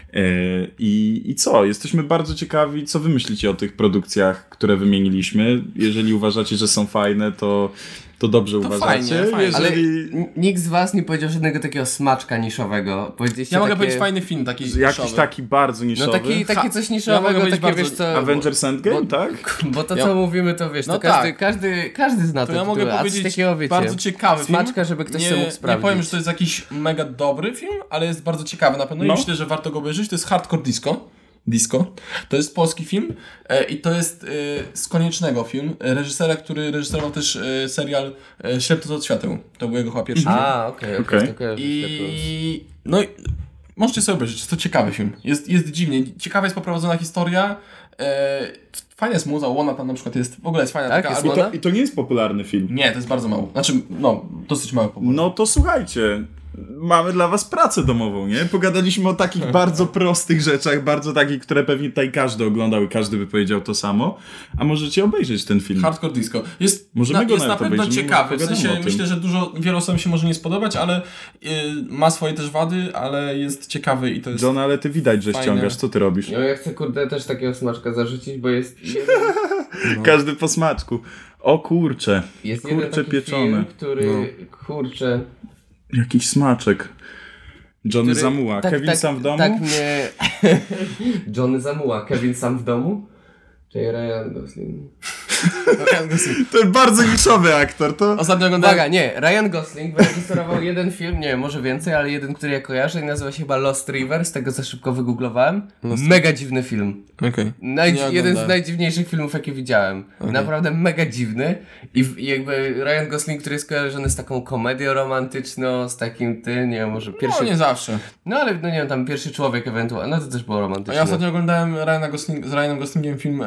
S2: I co? Jesteśmy bardzo ciekawi, co wy myślicie o tych produkcjach, które wymieniliśmy. Jeżeli uważacie, że są fajne, to dobrze
S3: To
S2: uważacie.
S3: fajnie.
S1: Ale
S2: Jeżeli...
S1: nikt z was nie powiedział żadnego takiego smaczka niszowego.
S3: Ja mogę powiedzieć fajny film, taki
S2: Jakiś
S3: niszowy.
S2: taki bardzo niszowy.
S1: No taki coś
S3: Ja
S1: niszowego,
S3: mogę być
S1: takie
S3: bardzo-
S1: wiesz co...
S2: Avengers Endgame, tak?
S1: Bo to co mówimy to wiesz,
S3: No
S1: to
S3: tak.
S1: każdy zna
S3: To
S1: to
S3: ja mogę
S1: a coś
S3: powiedzieć
S1: takiego wiecie.
S3: bardzo ciekawy film.
S1: Smaczka, żeby ktoś sobie mógł sprawdzić.
S3: Nie powiem, że to jest jakiś mega dobry film, ale jest bardzo ciekawy na pewno i myślę, że warto go obejrzeć. To jest Hardcore Disco. To jest polski film i to jest z Koniecznego film. Reżysera, który reżyserował też serial Ślepnąc od świateł. To był jego chyba pierwszy film.
S1: Okej.
S3: I no i możecie sobie obejrzeć, jest to ciekawy film. Jest dziwnie. Ciekawa jest poprowadzona historia. Fajna jest muza, Łona tam na przykład jest, w ogóle jest fajna
S1: Tak,
S3: taka
S1: jest
S3: albo...
S1: Łona?
S2: I to nie jest popularny film.
S3: Nie, to jest bardzo mało. Znaczy, no, dosyć mało popularny.
S2: No to słuchajcie, mamy dla was pracę domową, nie? Pogadaliśmy o takich bardzo prostych rzeczach, bardzo takich, które pewnie tutaj każdy oglądał i każdy by powiedział to samo, a możecie obejrzeć ten film.
S3: Hardcore Disco. Jest
S2: Możemy go
S3: jest na
S2: nawet
S3: pewno
S2: obejrzeć,
S3: ciekawy, w
S2: pogadamy
S3: sensie
S2: o tym.
S3: myślę, że wielu osobom się może nie spodobać, ale ma swoje też wady, ale jest ciekawy i to jest...
S2: John, ale ty widać, że
S3: Fajne.
S2: ściągasz, co ty robisz?
S1: No ja chcę kurde też takiego smaczka zarzucić, bo jest
S2: Każdy po smaczku. O kurcze,
S1: jest jeden
S2: kurcze
S1: taki
S2: pieczone.
S1: film, który kurczę...
S2: Jakiś smaczek. Johnny
S1: który-
S2: Zamuła, Kevin sam w domu?
S1: Tak mnie... Johnny Zamuła, Kevin sam w domu? Czyli Ryan Gosling.
S2: To jest bardzo niszowy aktor, to...
S3: Ostatnio oglądałem...
S1: Uwaga, nie, Ryan Gosling wyreżyserował jeden film, nie wiem, może więcej, ale jeden, który ja kojarzę i nazywa się chyba Lost River, z tego co szybko wygooglowałem. Mega dziwny film.
S3: Okej.
S1: Jeden z najdziwniejszych filmów, jakie widziałem. Naprawdę mega dziwny. I jakby Ryan Gosling, który jest kojarzony z taką komedią romantyczną, z takim nie wiem, może pierwszy...
S3: No nie zawsze.
S1: No ale no nie wiem, tam Pierwszy Człowiek ewentualnie, no to też było
S3: A
S1: romantyczne.
S3: ja ostatnio oglądałem z Ryanem Goslingiem film,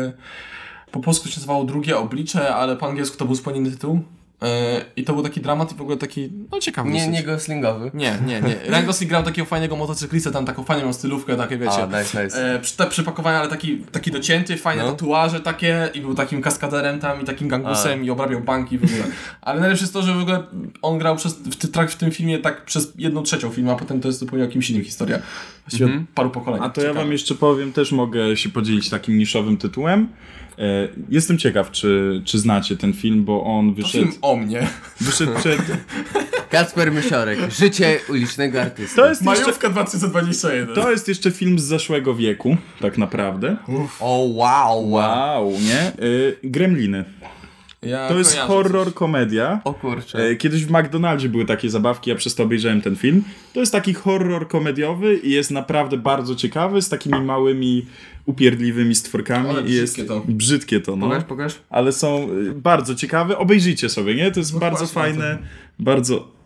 S3: po polsku się nazywało Drugie Oblicze, ale po angielsku to był zupełnie inny tytuł. I to był taki dramat i w ogóle taki, no ciekawy dosyć.
S1: Nie Goslingowy.
S3: Nie. Ryan Gosling grał takiego fajnego motocyklistę, tam taką fajną stylówkę, takie wiecie.
S1: A, nice.
S3: Te przypakowania, ale taki docięty, fajne tatuaże takie i był takim kaskaderem tam i takim gangusem i obrabiał banki w ogóle. Ale najlepsze jest to, że w ogóle on grał w tym filmie tak przez 1/3 filmu, a potem to jest zupełnie o kimś innym historia. Właściwie od paru pokoleń.
S2: A to ja wam jeszcze powiem, też mogę się podzielić takim niszowym tytułem. Jestem ciekaw, czy znacie ten film, bo on
S3: To film o mnie.
S2: wyszedł przed...
S1: Kacper Mysiorek. Życie ulicznego artysty.
S2: To jest jeszcze,
S3: Majówka 2021.
S2: to jest jeszcze film z zeszłego wieku, tak naprawdę.
S1: O wow.
S2: Wow, nie? Gremliny.
S3: Ja
S2: To jest
S3: kojarzę
S2: horror komedia.
S1: O kurczę.
S2: Kiedyś w McDonaldzie były takie zabawki, ja przez to obejrzałem ten film. To jest taki horror komediowy i jest naprawdę bardzo ciekawy, z takimi małymi, upierdliwymi stworkami.
S3: Ale
S2: i jest brzydkie to, no.
S1: Pokaż.
S2: Ale są bardzo ciekawe. Obejrzyjcie sobie, nie? To jest bardzo fajne, bardzo...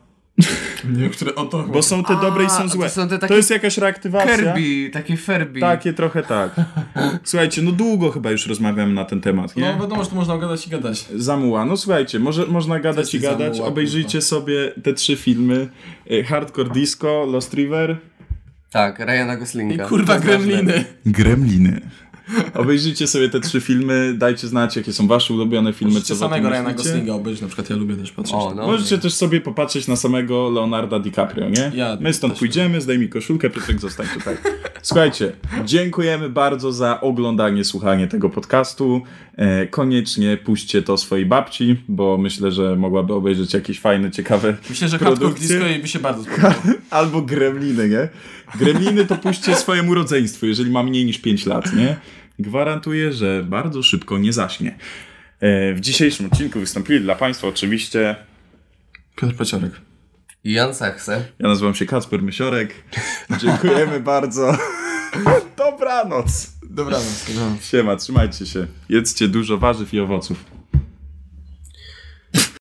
S3: Które o to
S2: Bo są te dobre i są złe.
S1: to są te takie
S2: To jest jakaś reaktywacja.
S1: Kirby, takie Furby.
S2: Takie trochę tak. Słuchajcie, no długo chyba już rozmawiamy na ten temat, nie?
S3: No wiadomo, że tu można gadać i gadać.
S2: Zamuła. No słuchajcie, można gadać i gadać.
S3: Zamuła,
S2: Obejrzyjcie sobie te 3 filmy. Hardcore Disco, Lost River.
S1: Tak, Ryana Goslinga.
S3: I kurwa Gremliny.
S2: Gremliny. Obejrzyjcie sobie te 3 filmy, dajcie znać, jakie są wasze ulubione filmy,
S3: Możecie
S2: co wy o tym
S3: samego Ryana
S2: myślicie.
S3: Goslinga obejrzeć, na przykład ja lubię też patrzeć.
S1: O, no.
S2: Możecie też sobie popatrzeć na samego Leonarda DiCaprio, nie?
S3: Ja
S2: My stąd
S3: też
S2: pójdziemy, zdejmij koszulkę, Piotrek zostań tutaj. Słuchajcie, dziękujemy bardzo za oglądanie, słuchanie tego podcastu. Koniecznie puśćcie to swojej babci, bo myślę, że mogłaby obejrzeć jakieś fajne, ciekawe
S3: Myślę, że Hardcore
S2: produkcje.
S3: Disco jej by się bardzo spodobał.
S2: Albo Gremliny, nie? Gremliny to puśćcie swojemu rodzeństwu, jeżeli ma mniej niż 5 lat, nie? Gwarantuję, że bardzo szybko nie zaśnie. W dzisiejszym odcinku wystąpili dla Państwa oczywiście
S3: Piotr Paciorek.
S1: I Jan Sachse.
S2: ja nazywam się Kacper Mysiorek. Dziękujemy bardzo. Dobranoc.
S3: Dobranoc.
S2: Siema, trzymajcie się. Jedzcie dużo warzyw i owoców.